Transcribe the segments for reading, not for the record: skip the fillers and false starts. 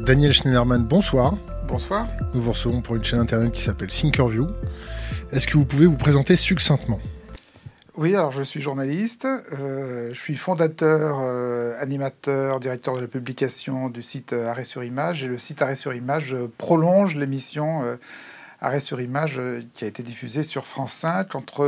Daniel Schneiderman, bonsoir. Bonsoir. Nous vous recevons pour une chaîne internet qui s'appelle Thinkerview. Est-ce que vous pouvez vous présenter succinctement ? Oui, alors je suis journaliste, je suis fondateur, animateur, directeur de la publication du site Arrêt sur Image. Et le site Arrêt sur Image prolonge l'émission Arrêt sur Image qui a été diffusée sur France 5 entre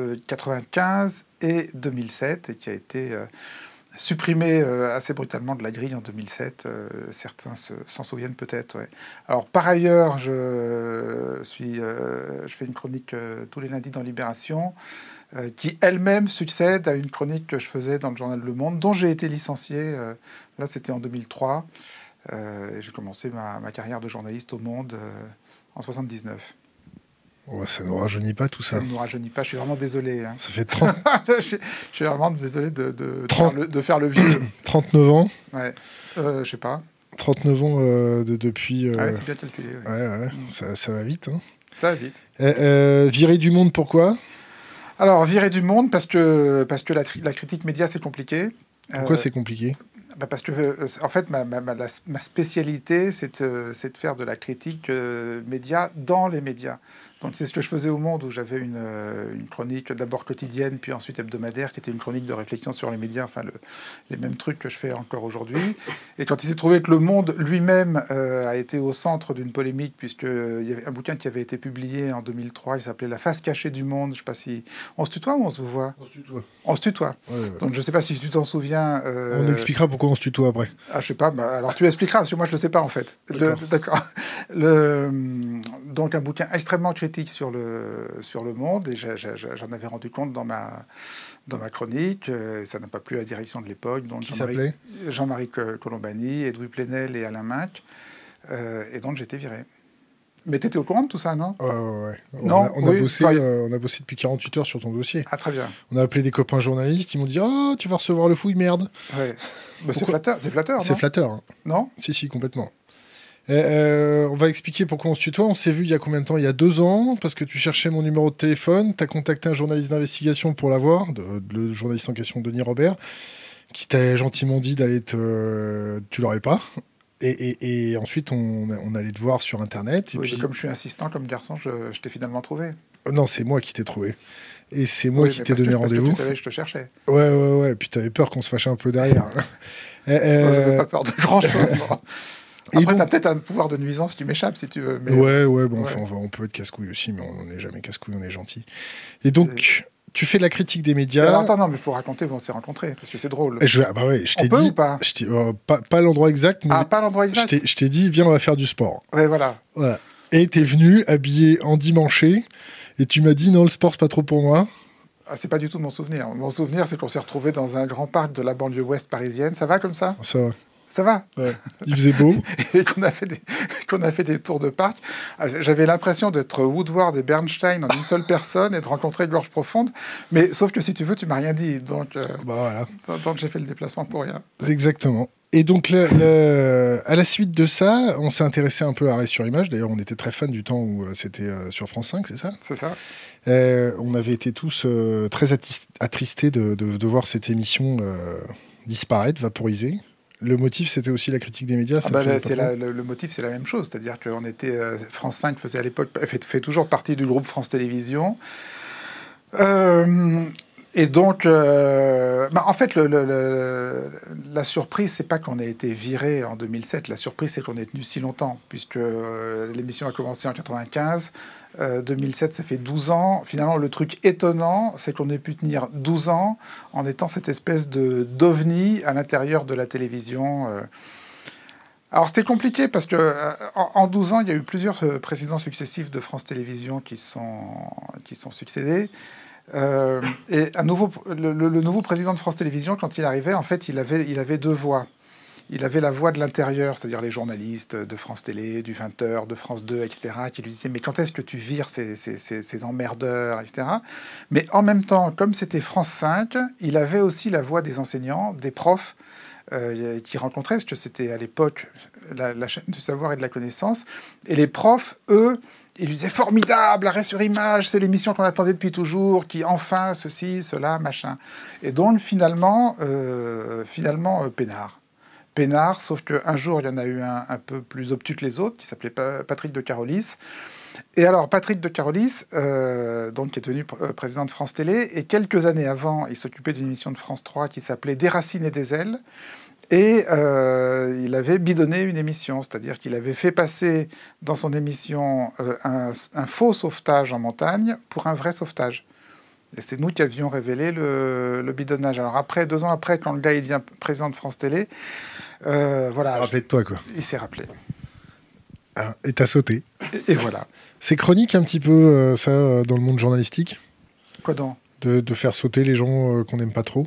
1995 et 2007 et qui a été supprimée assez brutalement de la grille en 2007. Certains s'en souviennent peut-être. Ouais. Alors par ailleurs, je fais une chronique tous les lundis dans Libération, qui elle-même succède à une chronique que je faisais dans le journal Le Monde, dont j'ai été licencié. Là, c'était en 2003. J'ai commencé ma carrière de journaliste au Monde en 79. Ouais, ça ne nous rajeunit pas tout ça. Ça ne nous rajeunit pas, je suis vraiment désolé. Hein. Ça fait 30... je suis vraiment désolé de faire le vieux. 39 ans. Ouais. Je sais pas. 39 ans depuis... Ah ouais, c'est bien calculé. Ouais. Ouais. Ça va vite. Hein. Ça va vite. Viré du Monde, pourquoi ? Alors, virer du Monde, parce que la critique média, c'est compliqué. Pourquoi c'est compliqué ? Parce que, en fait, ma spécialité, c'est de faire de la critique média dans les médias. Donc, c'est ce que je faisais au Monde, où j'avais une chronique d'abord quotidienne, puis ensuite hebdomadaire, qui était une chronique de réflexion sur les médias, enfin, les mêmes trucs que je fais encore aujourd'hui. Et quand il s'est trouvé que Le Monde lui-même a été au centre d'une polémique, puisqu'il y avait un bouquin qui avait été publié en 2003, il s'appelait La face cachée du monde. Je ne sais pas si... On se tutoie ou on se voit ? On se tutoie. On se tutoie. Ouais. Donc, je ne sais pas si tu t'en souviens. On expliquera pourquoi on se tutoie après. Ah, je sais pas. Alors, tu expliqueras, parce que moi, je ne le sais pas, en fait. D'accord. Donc, un bouquin extrêmement critique sur le Monde, et j'en avais rendu compte dans ma chronique. Ça n'a pas plu à la direction de l'époque. Donc qui s'appelait Jean-Marie Colombani, Edoui Plenel et Alain Minc. Et donc, j'étais viré. Mais tu étais au courant de tout ça, non ? Ouais. Non, on a bossé depuis 48 heures sur ton dossier. Ah, très bien. On a appelé des copains journalistes, ils m'ont dit « Oh, tu vas recevoir le fouille, merde !» Ouais. C'est flatteur, non ? C'est flatteur. Hein. Non ? Si, complètement. On va expliquer pourquoi on se tutoie. On s'est vu il y a combien de temps ? Il y a 2 ans, parce que tu cherchais mon numéro de téléphone. Tu as contacté un journaliste d'investigation pour l'avoir, le journaliste en question, Denis Robert, qui t'a gentiment dit d'aller tu l'aurais pas. Et ensuite, on allait te voir sur Internet. Et oui, puis... comme je suis insistant comme garçon, je t'ai finalement trouvé. Non, c'est moi qui t'ai trouvé. Et c'est moi qui t'ai donné rendez-vous. Parce que tu savais que je te cherchais. Ouais. Et puis tu avais peur qu'on se fâche un peu derrière. Moi, j'avais pas peur de grand-chose. Après, t'as peut-être un pouvoir de nuisance qui m'échappe, si tu veux. Mais... Ouais. Enfin, on peut être casse-couille aussi, mais on n'est jamais casse-couille, on est gentil. Et donc... Tu fais de la critique des médias. Alors, attends, mais il faut raconter où on s'est rencontrés, parce que c'est drôle. Je t'ai dit. Ou pas pas l'endroit exact. Mais pas l'endroit exact. Je t'ai dit, viens, on va faire du sport. Ouais, voilà. Et t'es venu habillé en dimanché, et tu m'as dit, non, le sport, c'est pas trop pour moi. Ah, c'est pas du tout mon souvenir. Mon souvenir, c'est qu'on s'est retrouvés dans un grand parc de la banlieue ouest parisienne. Ça va comme ça ? Ça va. Ça va. Ouais. Il faisait beau. Et qu'on a fait des tours de parc. J'avais l'impression d'être Woodward et Bernstein en une seule personne et de rencontrer Gorge Profonde. Mais sauf que si tu veux, tu m'as rien dit. Donc, voilà. Donc j'ai fait le déplacement pour rien. Exactement. Et donc, à la suite de ça, on s'est intéressé un peu à Arrêt sur Image. D'ailleurs, on était très fans du temps où c'était sur France 5, c'est ça ? C'est ça. On avait été tous très attristés de voir cette émission disparaître, vaporiser. Le motif, c'était aussi la critique des médias. Le motif, c'est la même chose. C'est-à-dire qu'on était... France 5 faisait à l'époque... fait toujours partie du groupe France Télévisions. Et donc... en fait, la surprise, c'est pas qu'on ait été viré en 2007. La surprise, c'est qu'on ait tenu si longtemps, puisque l'émission a commencé en 95. 2007, ça fait 12 ans. Finalement, le truc étonnant, c'est qu'on ait pu tenir 12 ans en étant cette espèce d'ovni à l'intérieur de la télévision. Alors, c'était compliqué parce que en 12 ans, il y a eu plusieurs présidents successifs de France Télévisions qui sont succédés. Et le nouveau président de France Télévisions, quand il arrivait, en fait, il avait 2 voix. Il avait la voix de l'intérieur, c'est-à-dire les journalistes de France Télé, du 20h, de France 2, etc., qui lui disaient « Mais quand est-ce que tu vires ces emmerdeurs, etc. » Mais en même temps, comme c'était France 5, il avait aussi la voix des enseignants, des profs qui rencontraient, parce que c'était à l'époque la chaîne du savoir et de la connaissance. Et les profs, eux, ils lui disaient « Formidable, Arrêt sur Image, c'est l'émission qu'on attendait depuis toujours, qui enfin, ceci, cela, machin. » Et donc, finalement, peinard. peinard, sauf qu'un jour, il y en a eu un peu plus obtus que les autres, qui s'appelait Patrick de Carolis. Et alors, Patrick de Carolis, donc, qui est devenu président de France Télé, et quelques années avant, il s'occupait d'une émission de France 3 qui s'appelait Des racines et des ailes. Et il avait bidonné une émission, c'est-à-dire qu'il avait fait passer dans son émission un faux sauvetage en montagne pour un vrai sauvetage. Et c'est nous qui avions révélé le bidonnage. Alors après, 2 ans après, quand le gars il devient président de France Télé, voilà. Il s'est rappelé de toi, quoi. Il s'est rappelé. Ah, et t'as sauté. Et voilà. C'est chronique un petit peu, ça, dans le monde journalistique, Quoi donc ? de faire sauter les gens qu'on n'aime pas trop.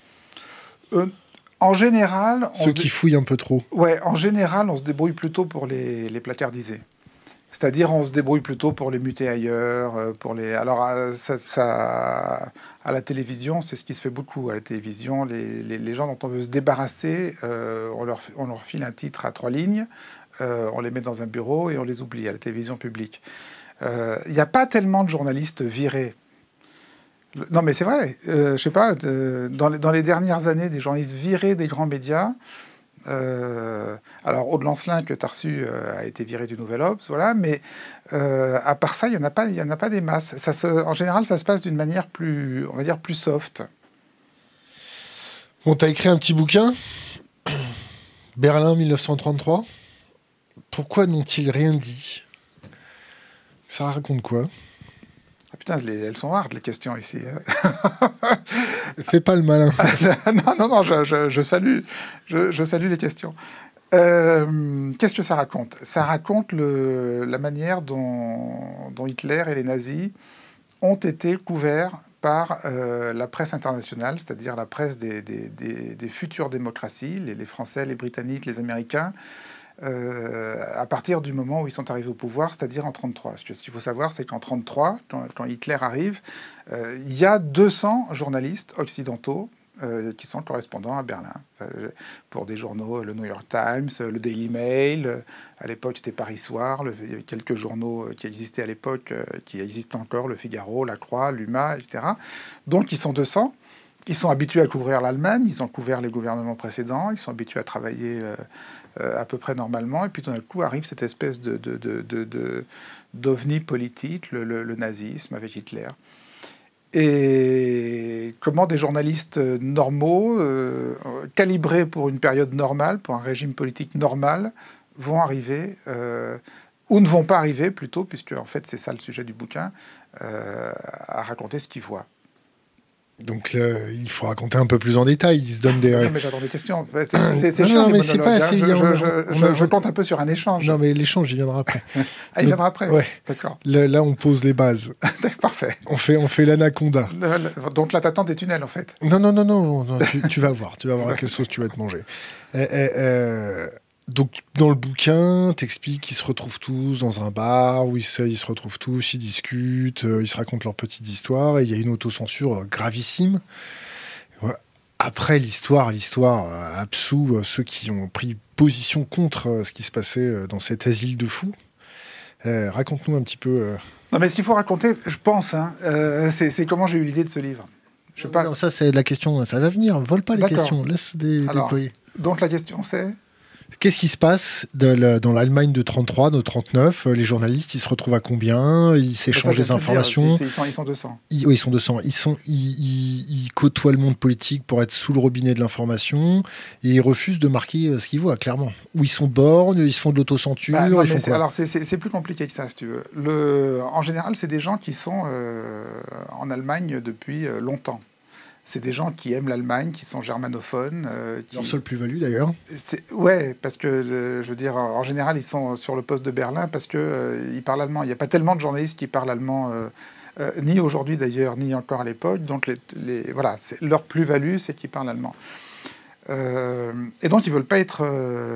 En général... Ceux qui fouillent un peu trop. Ouais, en général, on se débrouille plutôt pour les placardiser. C'est-à-dire, on se débrouille plutôt pour les muter ailleurs, pour les... Alors, à la télévision, c'est ce qui se fait beaucoup. À la télévision, les gens dont on veut se débarrasser, on leur file un titre à 3 lignes, on les met dans un bureau et on les oublie à la télévision publique. Il n'y a pas tellement de journalistes virés. Non, mais c'est vrai. Je sais pas, dans les dernières années, des journalistes virés des grands médias... alors, Aude Lancelin, que tu as reçu, a été viré du Nouvel Obs, voilà, mais à part ça, il n'y en a pas des masses. En général, ça se passe d'une manière plus, on va dire, plus soft. Bon, t'as écrit un petit bouquin, Berlin 1933. Pourquoi n'ont-ils rien dit? Ça raconte quoi? Ah, putain, elles sont hard, les questions ici. Fais pas le malin. non, je salue les questions. Qu'est-ce que ça raconte? Ça raconte la manière dont Hitler et les nazis ont été couverts par la presse internationale, c'est-à-dire la presse des futures démocraties, les Français, les Britanniques, les Américains, à partir du moment où ils sont arrivés au pouvoir, c'est-à-dire en 1933. Ce qu'il faut savoir, c'est qu'en 1933, quand Hitler arrive, il y a 200 journalistes occidentaux qui sont correspondants à Berlin, pour des journaux, le New York Times, le Daily Mail, à l'époque c'était Paris Soir, il y avait quelques journaux qui existaient à l'époque, qui existent encore, le Figaro, la Croix, l'Huma, etc. Donc ils sont 200. Ils sont habitués à couvrir l'Allemagne, ils ont couvert les gouvernements précédents, ils sont habitués à travailler à peu près normalement, et puis tout d'un coup arrive cette espèce d'ovni politique, le nazisme avec Hitler. Et comment des journalistes normaux, calibrés pour une période normale, pour un régime politique normal, vont arriver, ou ne vont pas arriver plutôt, puisque en fait c'est ça le sujet du bouquin, à raconter ce qu'ils voient. Donc là, il faut raconter un peu plus en détail. Ils se donnent des... Non, mais j'attends des questions. C'est chiant, mais c'est pas assez... Je compte un peu sur un échange. Non, mais l'échange, il viendra après. Ah, il viendra après? Ouais. D'accord. Là, on pose les bases. Parfait. On fait l'anaconda. Donc là, t'attends des tunnels, en fait. Non. Tu vas voir. Tu vas voir à quelle sauce tu vas te manger. Donc, dans le bouquin, t'expliques qu'ils se retrouvent tous dans un bar, où ils se retrouvent tous, ils discutent, ils se racontent leurs petites histoires, et il y a une autocensure gravissime. Après, l'histoire absout ceux qui ont pris position contre ce qui se passait dans cet asile de fous. Raconte-nous un petit peu... Non, mais ce qu'il faut raconter, je pense, c'est comment j'ai eu l'idée de ce livre. Non, ça, c'est la question, ça va venir. Vole pas les questions, laisse déployer. Donc, la question, c'est... Qu'est-ce qui se passe dans l'Allemagne de 33, de 39? Les journalistes, ils se retrouvent à combien? Ils s'échangent des informations. Ils sont 200. Oui, ils sont 200. Ils côtoient le monde politique pour être sous le robinet de l'information et ils refusent de marquer ce qu'ils voient, clairement. Ou ils sont bornes, ils se font de l'autocensure. Alors, c'est plus compliqué que ça, si tu veux. En général, c'est des gens qui sont en Allemagne depuis longtemps. C'est des gens qui aiment l'Allemagne, qui sont germanophones. Leur seule plus-value, d'ailleurs. Ouais, parce que, je veux dire, en général, ils sont sur le poste de Berlin parce qu'ils parlent allemand. Il n'y a pas tellement de journalistes qui parlent allemand, ni aujourd'hui d'ailleurs, ni encore à l'époque. Donc, voilà, leur plus-value, c'est qu'ils parlent allemand. Et donc, ils veulent pas être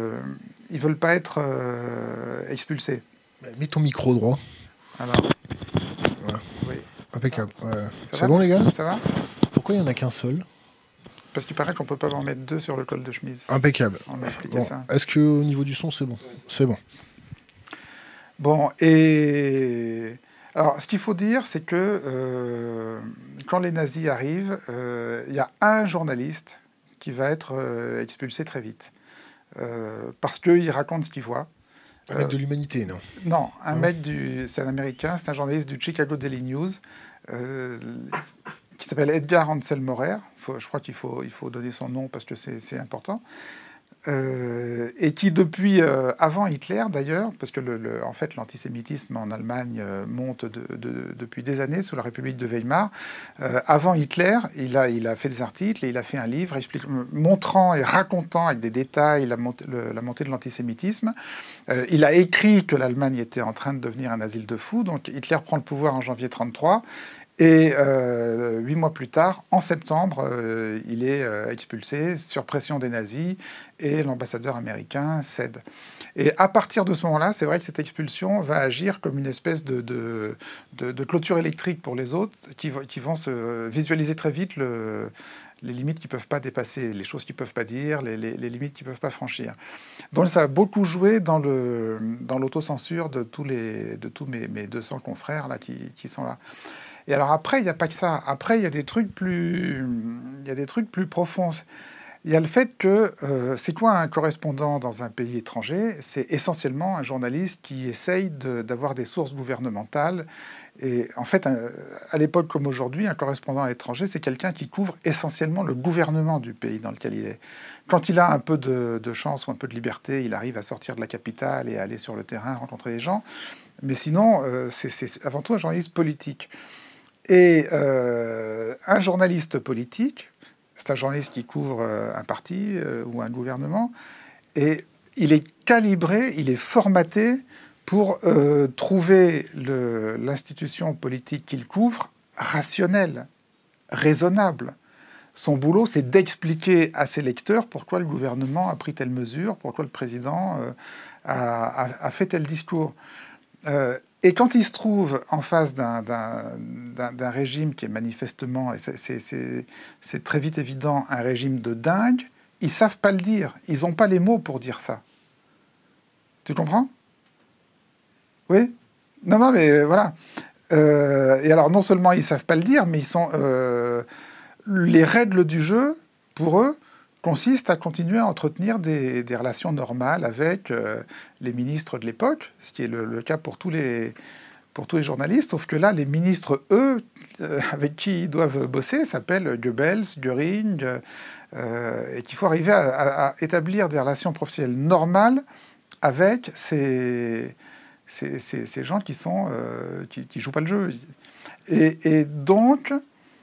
expulsés. Mets ton micro droit. Alors. Ouais. Oui. Impeccable. Ouais. C'est bon, les gars? Ça va? Pourquoi il n'y en a qu'un seul? Parce qu'il paraît qu'on ne peut pas en mettre 2 sur le col de chemise. Impeccable. On m'a expliqué ça. Est-ce qu'au niveau du son, c'est bon? C'est bon. Bon, et... Alors, ce qu'il faut dire, c'est que quand les nazis arrivent, il y a un journaliste qui va être expulsé très vite. parce qu'il raconte ce qu'il voit. Un mec de l'humanité, non? Non, c'est un Américain, c'est un journaliste du Chicago Daily News, qui s'appelle Edgar Ansel Maurer. Je crois qu'il faut donner son nom parce que c'est important. Et qui depuis avant Hitler d'ailleurs, parce que en fait l'antisémitisme en Allemagne monte depuis des années sous la République de Weimar. Avant Hitler, il a fait des articles et il a fait un livre montrant et racontant avec des détails la montée de l'antisémitisme. Il a écrit que l'Allemagne était en train de devenir un asile de fous. Donc Hitler prend le pouvoir en janvier 1933. Et 8 mois plus tard, en septembre, il est expulsé sur pression des nazis et l'ambassadeur américain cède. Et à partir de ce moment-là, c'est vrai que cette expulsion va agir comme une espèce de clôture électrique pour les autres qui vont se visualiser très vite les limites qu'ils ne peuvent pas dépasser, les choses qu'ils ne peuvent pas dire, les limites qu'ils ne peuvent pas franchir. Donc ça a beaucoup joué dans l'autocensure de tous mes 200 confrères là, qui sont là. Et alors après, il n'y a pas que ça. Après, il y a des trucs plus profonds. Il y a le fait que c'est quoi un correspondant dans un pays étranger? C'est essentiellement un journaliste qui essaye d'avoir des sources gouvernementales. Et en fait, à l'époque comme aujourd'hui, un correspondant à l'étranger, c'est quelqu'un qui couvre essentiellement le gouvernement du pays dans lequel il est. Quand il a un peu de chance ou un peu de liberté, il arrive à sortir de la capitale et à aller sur le terrain, rencontrer des gens. Mais sinon, c'est avant tout un journaliste politique. Et un journaliste politique, c'est un journaliste qui couvre un parti ou un gouvernement, et il est calibré, il est formaté pour trouver l'institution politique qu'il couvre rationnelle, raisonnable. Son boulot, c'est d'expliquer à ses lecteurs pourquoi le gouvernement a pris telle mesure, pourquoi le président a fait tel discours. Et quand il se trouve en face d'un régime qui est manifestement, et c'est très vite évident, un régime de dingue, ils ne savent pas le dire. Ils n'ont pas les mots pour dire ça. Tu comprends? Oui? Non, mais voilà. Et alors, non seulement ils ne savent pas le dire, mais ils sont... les règles du jeu, pour eux, consiste à continuer à entretenir des relations normales avec les ministres de l'époque, ce qui est le cas pour tous les journalistes, sauf que là, les ministres, eux, avec qui ils doivent bosser, s'appellent Goebbels, Göring, et qu'il faut arriver à établir des relations professionnelles normales avec ces gens qui jouent pas le jeu. Et donc,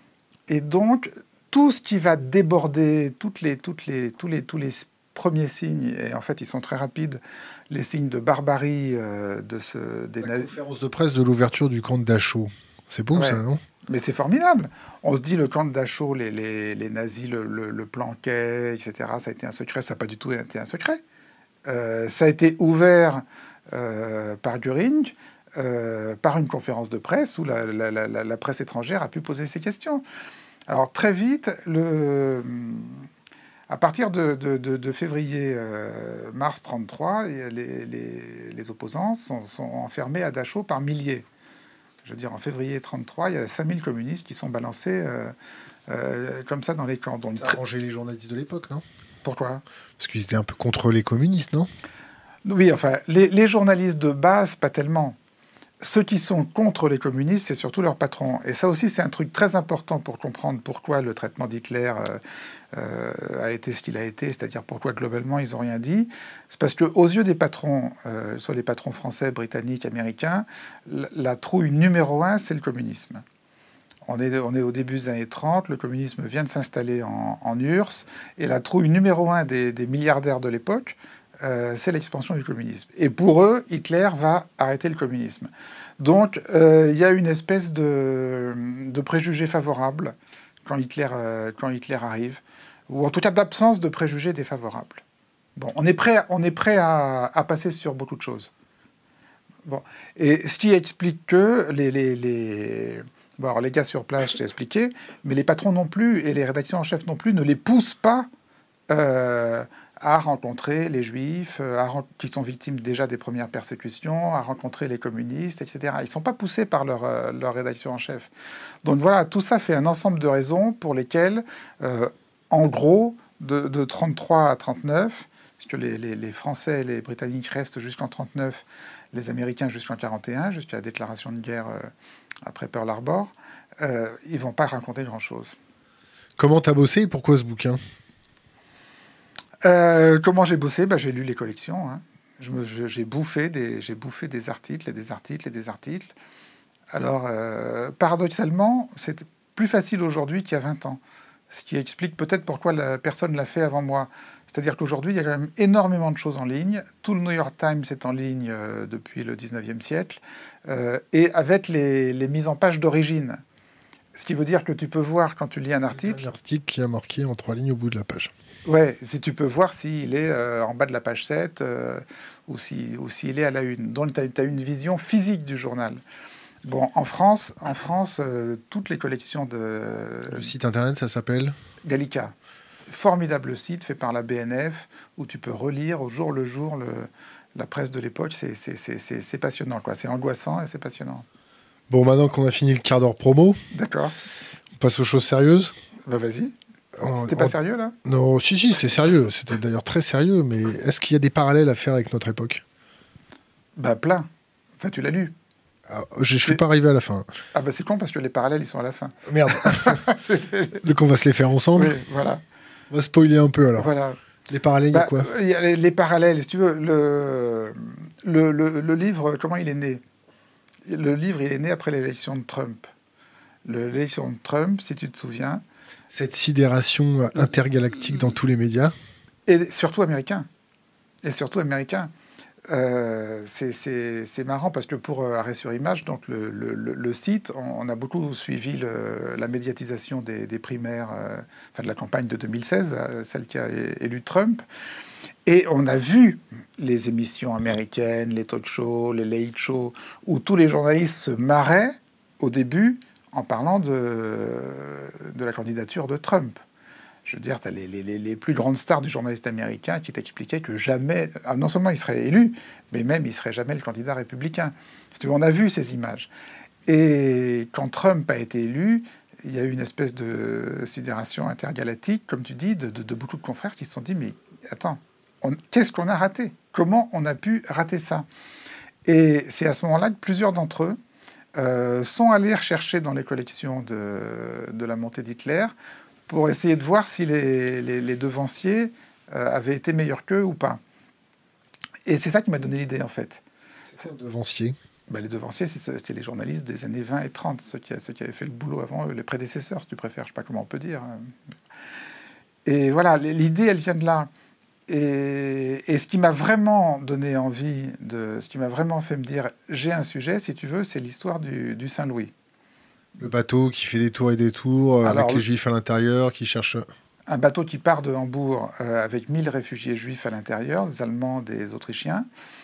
tout ce qui va déborder, tous les premiers signes, et en fait ils sont très rapides, les signes de barbarie des nazis. La conférence de presse de l'ouverture du camp de Dachau. C'est beau, ouais. Ça, non? Mais c'est formidable. On se dit le camp de Dachau, les nazis le planquaient, etc. Ça a été un secret. Ça n'a pas du tout été un secret. Ça a été ouvert par Göring, par une conférence de presse où la presse étrangère a pu poser ses questions. Alors très vite, à partir de février-mars 1933, les opposants sont enfermés à Dachau par milliers. Je veux dire, en février 1933, il y a 5000 communistes qui sont balancés comme ça dans les camps. Donc, ça a arrangé les journalistes de l'époque, non? Pourquoi? Parce qu'ils étaient un peu contre les communistes, non? Oui, enfin, les journalistes de base, pas tellement. Ceux qui sont contre les communistes, c'est surtout leurs patrons. Et ça aussi, c'est un truc très important pour comprendre pourquoi le traitement d'Hitler a été ce qu'il a été, c'est-à-dire pourquoi globalement ils n'ont rien dit. C'est parce qu'aux yeux des patrons, soit les patrons français, britanniques, américains, la trouille numéro 1, c'est le communisme. On est au début des années 30, le communisme vient de s'installer en URSS, et la trouille numéro 1 des milliardaires de l'époque, c'est l'expansion du communisme. Et pour eux, Hitler va arrêter le communisme. Donc, il y a une espèce de préjugé favorable quand Hitler arrive, ou en tout cas d'absence de préjugés défavorables. Bon, on est prêt à passer sur beaucoup de choses. Bon, et ce qui explique que bon, alors les gars sur place, je t'ai expliqué, mais les patrons non plus et les rédactions en chef non plus ne les poussent pas à rencontrer les juifs, qui sont victimes déjà des premières persécutions, à rencontrer les communistes, etc. Ils ne sont pas poussés par leur rédaction en chef. Donc voilà, tout ça fait un ensemble de raisons pour lesquelles, en gros, de 1933 à 1939, puisque les Français et les Britanniques restent jusqu'en 39, les Américains jusqu'en 41, jusqu'à la déclaration de guerre après Pearl Harbor, ils vont pas raconter grand-chose. Comment t'as bossé et pourquoi ce bouquin? Comment j'ai bossé? J'ai lu les collections. Hein. J'ai bouffé des articles et des articles et des articles. Alors, paradoxalement, c'est plus facile aujourd'hui qu'il y a 20 ans. Ce qui explique peut-être pourquoi personne ne l'a fait avant moi. C'est-à-dire qu'aujourd'hui, il y a quand même énormément de choses en ligne. Tout le New York Times est en ligne depuis le 19e siècle, et avec les mises en page d'origine. Ce qui veut dire que tu peux voir, quand tu lis un article... Un article qui a marqué en 3 lignes au bout de la page. Ouais, si tu peux voir s'il est en bas de la page 7 ou s'il est à la une. Donc, tu as une vision physique du journal. Bon, en France, toutes les collections de... Le site internet, ça s'appelle Gallica. Formidable site fait par la BNF où tu peux relire au jour le jour la presse de l'époque. C'est passionnant, quoi. C'est angoissant et c'est passionnant. Bon, maintenant qu'on a fini le quart d'heure promo, d'accord. On passe aux choses sérieuses. Vas-y. C'était pas sérieux, là? Non, si, c'était sérieux. C'était d'ailleurs très sérieux, mais est-ce qu'il y a des parallèles à faire avec notre époque? Plein. Enfin, tu l'as lu. Je suis pas arrivé à la fin. C'est con parce que les parallèles, ils sont à la fin. Merde. Donc on va se les faire ensemble. Oui, voilà. On va spoiler un peu alors. Voilà. Les parallèles, il y a quoi? Il y a les parallèles, si tu veux. Le livre, comment il est né? Le livre, il est né après l'élection de Trump. L'élection de Trump, si tu te souviens... Cette sidération intergalactique dans tous les médias. Et surtout américain. C'est marrant parce que pour Arrêt sur Image, donc le site, on a beaucoup suivi la médiatisation des primaires, de la campagne de 2016, celle qui a élu Trump. Et on a vu les émissions américaines, les talk shows, les late shows, où tous les journalistes se marraient au début en parlant de la candidature de Trump. Je veux dire, tu as les plus grandes stars du journaliste américain qui t'expliquaient que jamais, non seulement il serait élu, mais même il serait jamais le candidat républicain. On a vu ces images. Et quand Trump a été élu, il y a eu une espèce de sidération intergalactique, comme tu dis, de beaucoup de confrères qui se sont dit, mais attends, qu'est-ce qu'on a raté? Comment on a pu rater ça? Et c'est à ce moment-là que plusieurs d'entre eux sont allés rechercher dans les collections de la montée d'Hitler pour essayer de voir si les devanciers avaient été meilleurs qu'eux ou pas. Et c'est ça qui m'a donné l'idée, en fait. C'est quoi, devanciers? Les devanciers, c'est les journalistes des années 20 et 30, ceux qui avaient fait le boulot avant eux, les prédécesseurs, si tu préfères, je ne sais pas comment on peut dire. Et voilà, l'idée, elle vient de là. Et ce qui m'a vraiment donné envie, ce qui m'a vraiment fait me dire, j'ai un sujet, si tu veux, c'est l'histoire du Saint-Louis. Le bateau qui fait des tours et des tours, avec les Juifs à l'intérieur, qui cherchent... Un bateau qui part de Hambourg avec 1000 réfugiés juifs à l'intérieur, des Allemands, des Autrichiens.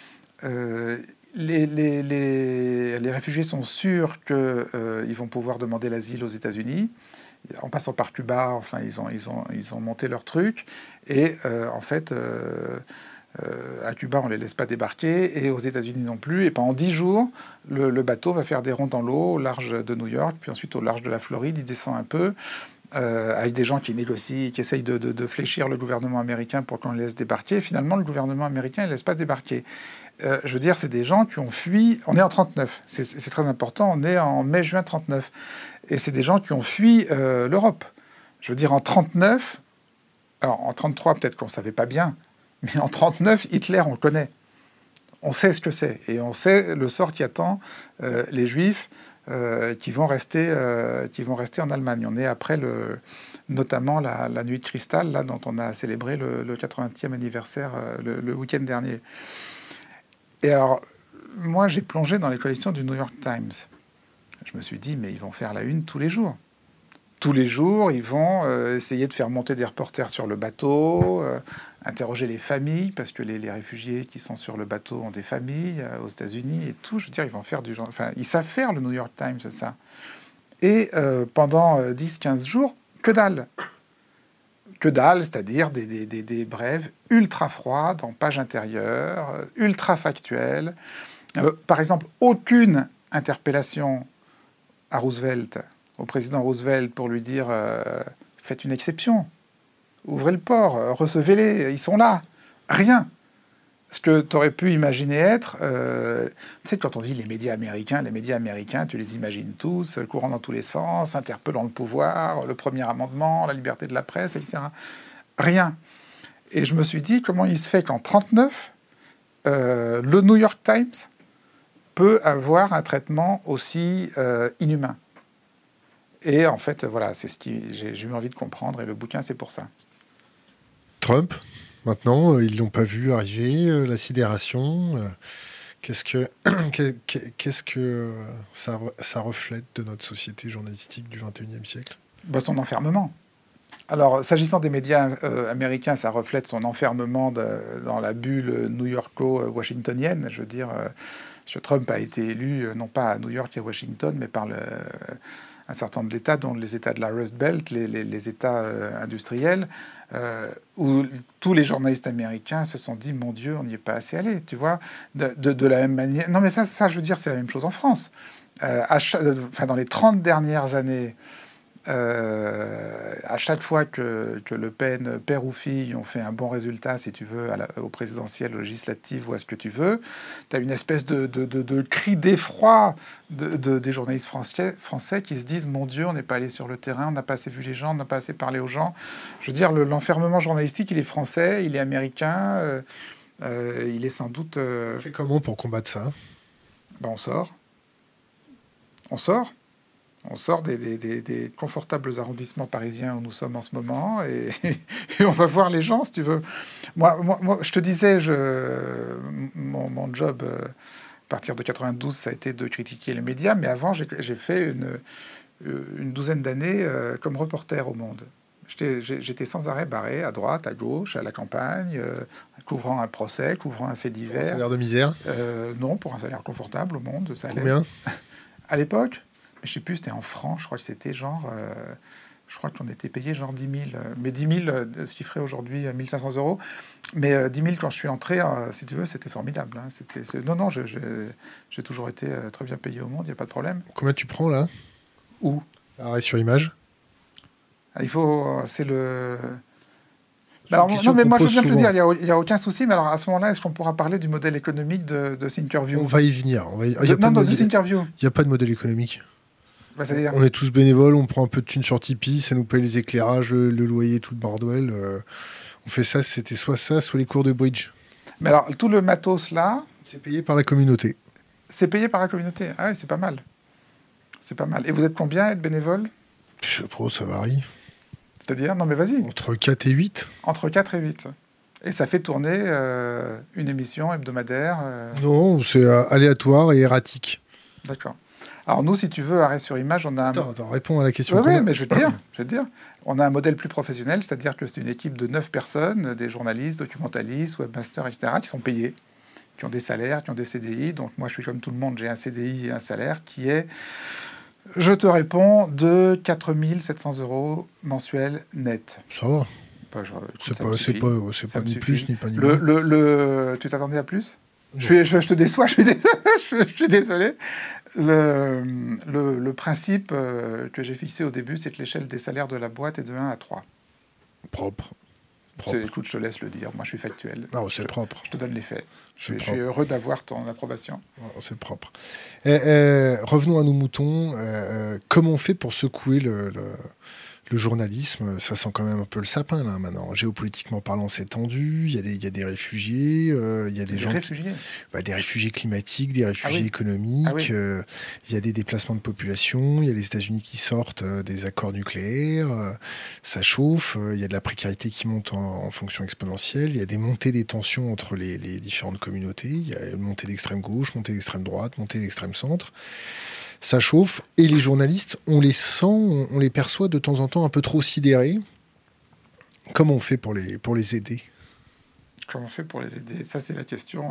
Les réfugiés sont sûrs qu'ils vont pouvoir demander l'asile aux États-Unis. En passant par Cuba, enfin, ils ont monté leur truc. Et en fait, à Cuba, on ne les laisse pas débarquer, et aux États-Unis non plus. Et pendant 10 jours, le bateau va faire des ronds dans l'eau au large de New York, puis ensuite au large de la Floride. Il descend un peu, avec des gens qui négocient, qui essayent de fléchir le gouvernement américain pour qu'on les laisse débarquer. Et finalement, le gouvernement américain ne laisse pas débarquer. Je veux dire, c'est des gens qui ont fui... On est en 39, c'est très important, on est en mai-juin 39. Et c'est des gens qui ont fui l'Europe. Je veux dire, en 39... Alors, en 33, peut-être qu'on ne savait pas bien, mais en 39, Hitler, on le connaît. On sait ce que c'est. Et on sait le sort qui attend les Juifs qui vont rester en Allemagne. On est après, notamment, la nuit de cristal, là, dont on a célébré le 80e anniversaire le week-end dernier. Et alors, moi, j'ai plongé dans les collections du New York Times. Je me suis dit, mais ils vont faire la une tous les jours. Tous les jours, ils vont essayer de faire monter des reporters sur le bateau, interroger les familles, parce que les réfugiés qui sont sur le bateau ont des familles aux États-Unis et tout. Je veux dire, ils vont faire du genre... Enfin, ils savent faire le New York Times, ça. Et pendant 10-15 jours, que dalle. Que dalle, c'est-à-dire des brèves ultra froides, en page intérieure, ultra factuelles. Par exemple, aucune interpellation à Roosevelt, au président Roosevelt, pour lui dire faites une exception, ouvrez le port, recevez-les, ils sont là. Rien. Ce que tu aurais pu imaginer être, tu sais, quand on dit les médias américains, tu les imagines tous, courant dans tous les sens, interpellant le pouvoir, le premier amendement, la liberté de la presse, etc. Rien. Et je me suis dit, comment il se fait qu'en 1939, le New York Times peut avoir un traitement aussi inhumain. Et en fait, voilà, c'est ce que j'ai eu envie de comprendre, et le bouquin, c'est pour ça. Trump, maintenant, ils l'ont pas vu arriver, la sidération. Qu'est-ce que, qu'est-ce que ça reflète de notre société journalistique du XXIe siècle? Son enfermement. Alors, s'agissant des médias américains, ça reflète son enfermement dans la bulle new-yorko-washingtonienne. Je veux dire, Trump a été élu non pas à New York et à Washington, mais par un certain nombre d'États, dont les États de la Rust Belt, les États industriels, où tous les journalistes américains se sont dit « Mon Dieu, on n'y est pas assez allé », tu vois, de la même manière. Non, mais ça, je veux dire, c'est la même chose en France. Dans les 30 dernières années, à chaque fois que Le Pen, père ou fille, ont fait un bon résultat, si tu veux, au présidentiel, au législatif ou à ce que tu veux, tu as une espèce de cri d'effroi des journalistes français qui se disent « Mon Dieu, on n'est pas allé sur le terrain, on n'a pas assez vu les gens, on n'a pas assez parlé aux gens ». Je veux dire, l'enfermement journalistique, il est français, il est américain, il est sans doute... On fait comment pour combattre ça? On sort. On sort. On sort des confortables arrondissements parisiens où nous sommes en ce moment et on va voir les gens, si tu veux. Moi je te disais, mon job, à partir de 92, ça a été de critiquer les médias, mais avant, j'ai fait une douzaine d'années comme reporter au Monde. J'étais sans arrêt barré, à droite, à gauche, à la campagne, couvrant un procès, couvrant un fait divers. Pour un salaire de misère? Non, pour un salaire confortable au Monde. Ça allait. Combien? À l'époque, je sais plus, c'était en francs, je crois que c'était genre... je crois qu'on était payé genre 10 000. Mais 10 000, ce qui ferait aujourd'hui 1 500 €. Mais 10 000, quand je suis entré, si tu veux, c'était formidable. Hein. Non, j'ai toujours été très bien payé au Monde, il n'y a pas de problème. Combien tu prends, là? Où? Arrêt sur image. Il faut... c'est le... Alors, non, mais moi, je veux bien te le dire, il n'y a aucun souci. Mais alors, à ce moment-là, est-ce qu'on pourra parler du modèle économique de Thinkerview? On va y venir. De Thinkerview. Il n'y a pas de modèle économique. C'est-à-dire... On est tous bénévoles, on prend un peu de thunes sur Tipeee, ça nous paye les éclairages, le loyer, tout le bordel. On fait ça, c'était soit ça, soit les cours de bridge. Mais alors, tout le matos là... C'est payé par la communauté. C'est payé par la communauté. Ah oui, c'est pas mal. C'est pas mal. Et vous êtes combien à être bénévole? Je sais pas, ça varie. C'est-à-dire, non mais vas-y. Entre 4 et 8. Entre 4 et 8. Et ça fait tourner une émission hebdomadaire Non, c'est aléatoire et erratique. D'accord. Alors nous, si tu veux, arrêt sur image, on a... Attends, réponds à la question. Oui, mais je vais te dire. On a un modèle plus professionnel, c'est-à-dire que c'est une équipe de 9 personnes, des journalistes, documentalistes, webmasters, etc., qui sont payés, qui ont des salaires, qui ont des CDI. Donc moi, je suis comme tout le monde, j'ai un CDI et un salaire qui est, je te réponds, de 4 700 € mensuels net. Ça va. C'est pas ni plus ni pas ni moins. Tu t'attendais à plus? Je te déçois, je suis désolé. Le principe que j'ai fixé au début, c'est que l'échelle des salaires de la boîte est de 1 à 3. Propre. Écoute, je te laisse le dire. Moi, je suis factuel. Non, c'est propre. Je te donne les faits. Je suis heureux d'avoir ton approbation. C'est propre. Revenons à nos moutons. Comment on fait pour secouer le journalisme? Ça sent quand même un peu le sapin, là, maintenant. Géopolitiquement parlant, c'est tendu. Il y a des réfugiés. Il y a des gens... Des réfugiés climatiques, des réfugiés économiques. Il y a des déplacements de population. Il y a les États-Unis qui sortent des accords nucléaires. Ça chauffe. Il y a de la précarité qui monte en fonction exponentielle. Il y a des montées des tensions entre les différentes communautés. Il y a une montée d'extrême gauche, montée d'extrême droite, montée d'extrême centre. Ça chauffe, et les journalistes, on les sent, on les perçoit de temps en temps un peu trop sidérés. Comment on fait pour les aider? Comment on fait pour les aider? Ça, c'est la question.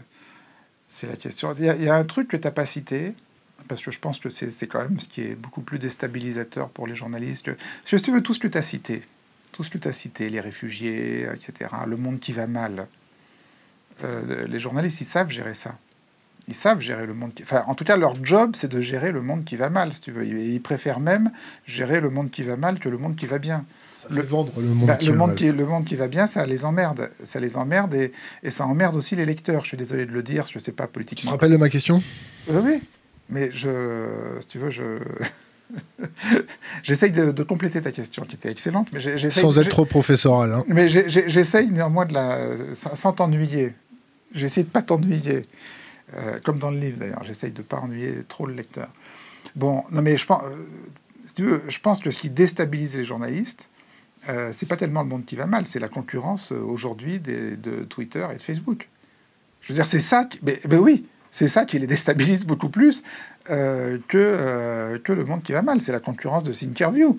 Il y a un truc que tu n'as pas cité, parce que je pense que c'est quand même ce qui est beaucoup plus déstabilisateur pour les journalistes. Si tu veux, tout ce que tu as cité, les réfugiés, etc., le monde qui va mal, les journalistes, ils savent gérer ça. Ils savent gérer le monde Enfin, en tout cas, leur job, c'est de gérer le monde qui va mal, si tu veux. Ils préfèrent même gérer le monde qui va mal que le monde qui va bien. Vendre le monde le monde qui va bien, ça les emmerde. Ça les emmerde et ça emmerde aussi les lecteurs. Je suis désolé de le dire, je ne sais pas politiquement. Tu te rappelles de ma question ? Oui, mais si tu veux, j'essaye de compléter ta question, qui était excellente. Mais sans être trop professoral. Hein. Mais j'essaye néanmoins sans t'ennuyer. J'essaye de ne pas t'ennuyer. Comme dans le livre, d'ailleurs. J'essaye de ne pas ennuyer trop le lecteur. Bon, non, mais si tu veux, je pense que ce qui déstabilise les journalistes, c'est pas tellement le monde qui va mal, c'est la concurrence aujourd'hui de Twitter et de Facebook. Je veux dire, c'est ça oui, c'est ça qui les déstabilise beaucoup plus que le monde qui va mal. C'est la concurrence de Thinkerview.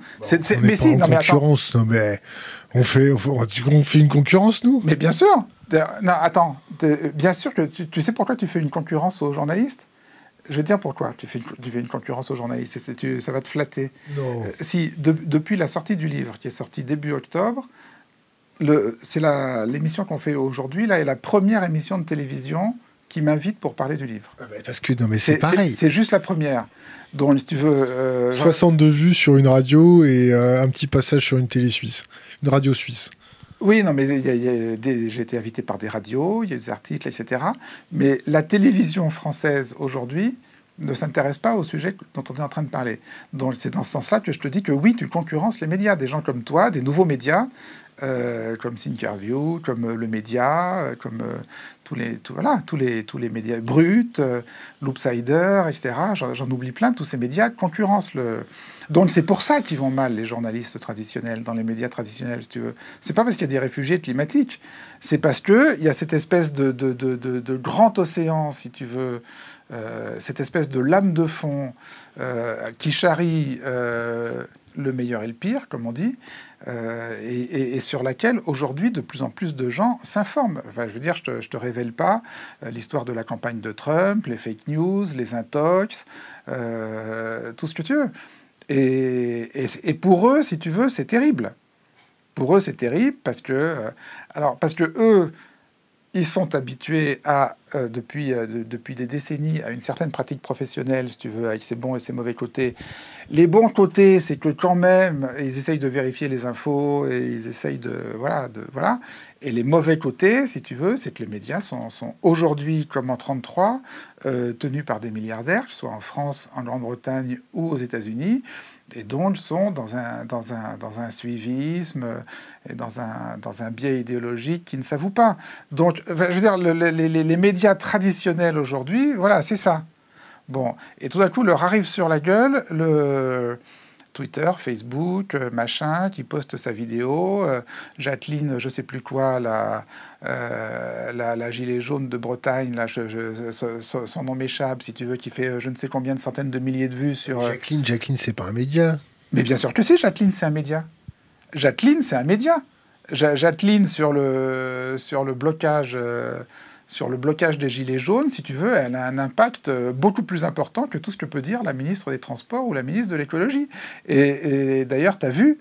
On fait une concurrence, nous ? Mais bien sûr. Non, attends. Bien sûr que tu sais pourquoi tu fais une concurrence aux journalistes ? Je vais te dire pourquoi tu fais une concurrence aux journalistes. Ça va te flatter. Non. Depuis la sortie du livre, qui est sorti début octobre, c'est l'émission qu'on fait aujourd'hui, là, est la première émission de télévision qui m'invite pour parler du livre. Parce que, non, mais c'est pareil. C'est juste la première. Donc, si tu veux... 62 vues sur une radio et un petit passage sur une télé suisse. Une radio suisse. Oui, non, mais j'ai été invité par des radios, il y a des articles, etc. Mais la télévision française, aujourd'hui, ne s'intéresse pas au sujet dont on est en train de parler. Donc, c'est dans ce sens-là que je te dis que oui, tu concurrences les médias. Des gens comme toi, des nouveaux médias, comme Thinkerview, comme Le Média, comme tous les médias Brut, Loopsider, etc. J'en oublie plein. Tous ces médias concurrencent Donc c'est pour ça qu'ils vont mal, les journalistes traditionnels, dans les médias traditionnels, si tu veux. C'est pas parce qu'il y a des réfugiés climatiques. C'est parce qu'il y a cette espèce de grand océan, si tu veux, cette espèce de lame de fond qui charrie le meilleur et le pire, comme on dit, et sur laquelle, aujourd'hui, de plus en plus de gens s'informent. Enfin, je veux dire, je te révèle pas l'histoire de la campagne de Trump, les fake news, les intox, tout ce que tu veux. Et pour eux, si tu veux, c'est terrible. Pour eux, c'est terrible parce que eux, ils sont habitués depuis des décennies, à une certaine pratique professionnelle, si tu veux, avec ses bons et ses mauvais côtés. Les bons côtés, c'est que quand même, ils essayent de vérifier les infos et ils essayent voilà. Et les mauvais côtés, si tu veux, c'est que les médias sont aujourd'hui, comme en 1933, tenus par des milliardaires, que ce soit en France, en Grande-Bretagne ou aux États-Unis, et donc sont dans un suivisme et dans un biais idéologique qui ne s'avoue pas. Donc, je veux dire, les médias traditionnels aujourd'hui, voilà, c'est ça. Bon, et tout d'un coup, leur arrive sur la gueule le Twitter, Facebook, machin, qui poste sa vidéo. Jacqueline, je sais plus quoi, la gilet jaune de Bretagne, là, son nom m'échappe, si tu veux, qui fait je ne sais combien de centaines de milliers de vues sur... Jacqueline, c'est pas un média. Mais bien sûr que si, Jacqueline, c'est un média. Jacqueline, c'est un média. Jacqueline, sur le blocage... Sur le blocage des gilets jaunes, si tu veux, elle a un impact beaucoup plus important que tout ce que peut dire la ministre des Transports ou la ministre de l'Écologie. Et d'ailleurs, tu as vu,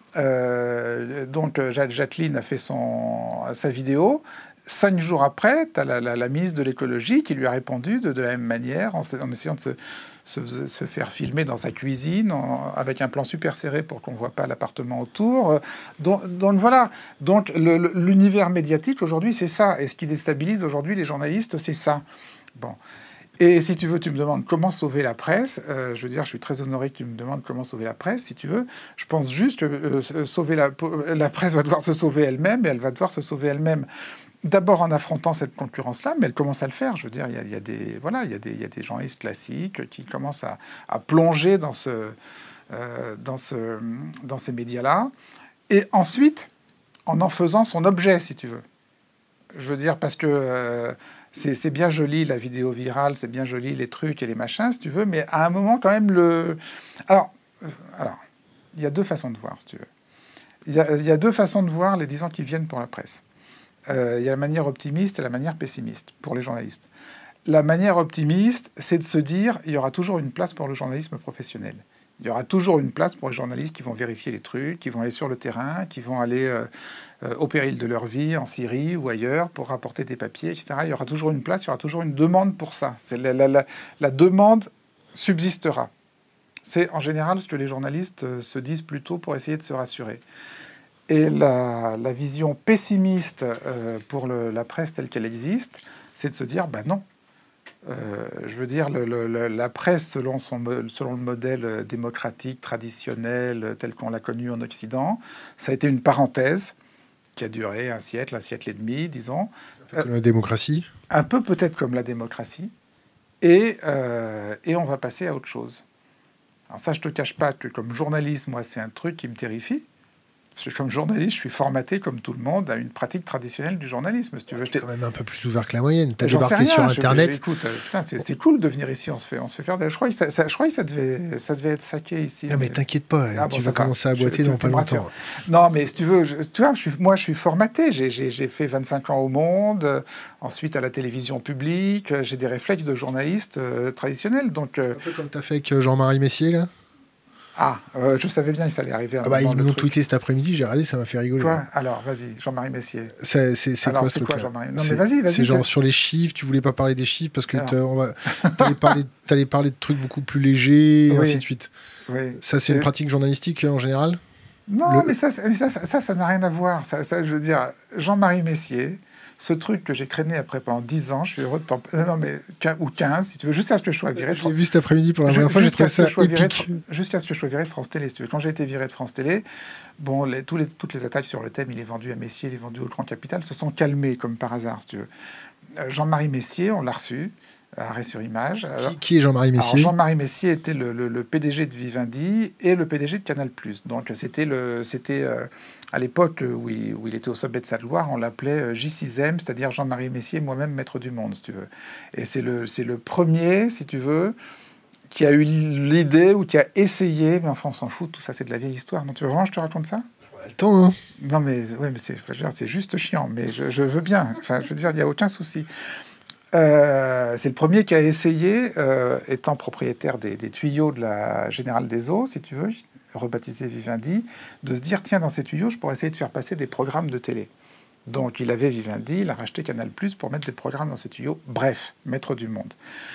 donc Jacqueline a fait sa vidéo. 5 jours après, tu as la ministre de l'Écologie qui lui a répondu de la même manière, en essayant de se faire filmer dans sa cuisine, avec un plan super serré pour qu'on ne voit pas l'appartement autour. Donc voilà. Donc l'univers médiatique, aujourd'hui, c'est ça. Et ce qui déstabilise aujourd'hui les journalistes, c'est ça. Bon. Et si tu veux, tu me demandes comment sauver la presse. Je veux dire, je suis très honoré que tu me demandes comment sauver la presse, si tu veux. Je pense juste que sauver la presse va devoir se sauver elle-même, et elle va devoir se sauver elle-même. D'abord en affrontant cette concurrence-là, mais elle commence à le faire. Je veux dire, il y a des journalistes classiques qui commencent à plonger dans ces médias-là. Et ensuite, en faisant son objet, si tu veux. Je veux dire, parce que c'est bien joli la vidéo virale, c'est bien joli les trucs et les machins, si tu veux, mais à un moment, quand même, Alors, il y a deux façons de voir, si tu veux. Il y a deux façons de voir les 10 ans qui viennent pour la presse. Il y a la manière optimiste et la manière pessimiste pour les journalistes. la manière optimiste, c'est de se dire il y aura toujours une place pour le journalisme professionnel. Il y aura toujours une place pour les journalistes qui vont vérifier les trucs, qui vont aller sur le terrain, qui vont aller au péril de leur vie en Syrie ou ailleurs pour rapporter des papiers, etc. Il y aura toujours une place, il y aura toujours une demande pour ça. La demande subsistera. C'est en général ce que les journalistes se disent plutôt pour essayer de se rassurer. Et la vision pessimiste pour la presse telle qu'elle existe, c'est de se dire, ben non. Je veux dire, la presse, selon le modèle démocratique, traditionnel, tel qu'on l'a connu en Occident, ça a été une parenthèse qui a duré un siècle et demi, disons. Comme la démocratie. Un peu peut-être comme la démocratie. Et on va passer à autre chose. Alors ça, je ne te cache pas que comme journaliste, moi, c'est un truc qui me terrifie. Parce que comme journaliste, je suis formaté, comme tout le monde, à une pratique traditionnelle du journalisme. Si tu veux, t'es quand même un peu plus ouvert que la moyenne. Tu as j'en sais débarqué rien, sur Internet. Écoute, putain, c'est cool de venir ici. On se fait faire des... Je crois que ça devait être saqué ici. Non, mais t'inquiète pas. Ah, tu bon, vas commencer à boiter dans pas longtemps. Non, mais si tu veux, moi, je suis formaté. J'ai fait 25 ans au Monde, ensuite à la télévision publique. J'ai des réflexes de journaliste traditionnel. Donc, un peu comme tu as fait avec Jean-Marie Messier, là. Ah, je savais bien que ça allait arriver. Ils m'ont tweeté cet après-midi, j'ai regardé, ça m'a fait rigoler. Quoi ? Alors, vas-y, Jean-Marie Messier. C'est quoi ce truc-là ? Non, mais vas-y. C'est genre sur les chiffres, tu voulais pas parler des chiffres parce que t'allais parler de trucs beaucoup plus légers, et ainsi de suite. Oui. Ça, c'est une pratique journalistique en général ? Non, mais ça n'a rien à voir. Ça, je veux dire, Jean-Marie Messier, ce truc que j'ai créé après pendant 10 ans, je suis heureux de t'en... Non, mais... Ou 15, si tu veux, jusqu'à ce que je sois viré... J'ai vu cet après-midi pour la première fois, j'ai trouvé ça épique. Jusqu'à ce que je sois viré de France Télé, si tu veux. Quand j'ai été viré de France Télé, bon, toutes les attaques sur le thème, il est vendu à Messier, il est vendu au Grand Capital, se sont calmées, comme par hasard, si tu veux. Jean-Marie Messier, on l'a reçu, Arrêt sur Image. Qui est Jean-Marie Messier ? Alors, Jean-Marie Messier était le PDG de Vivendi et le PDG de Canal+. Donc, c'était à l'époque où il était au sommet de sa gloire, on l'appelait J6M, c'est-à-dire Jean-Marie Messier, moi-même maître du monde, si tu veux. Et c'est le premier, si tu veux, qui a eu l'idée ou qui a essayé, mais enfin, on s'en fout, tout ça, c'est de la vieille histoire. Donc, tu veux vraiment que je te raconte ça ? Le temps, hein. Non, mais c'est juste chiant, mais je veux bien. Enfin, je veux dire, il n'y a aucun souci. C'est le premier qui a essayé, étant propriétaire des tuyaux de la Générale des Eaux, si tu veux, rebaptisé Vivendi, de se dire, tiens, dans ces tuyaux, je pourrais essayer de faire passer des programmes de télé. Donc, il avait Vivendi, il a racheté Canal+ pour mettre des programmes dans ces tuyaux. Bref, maître du monde.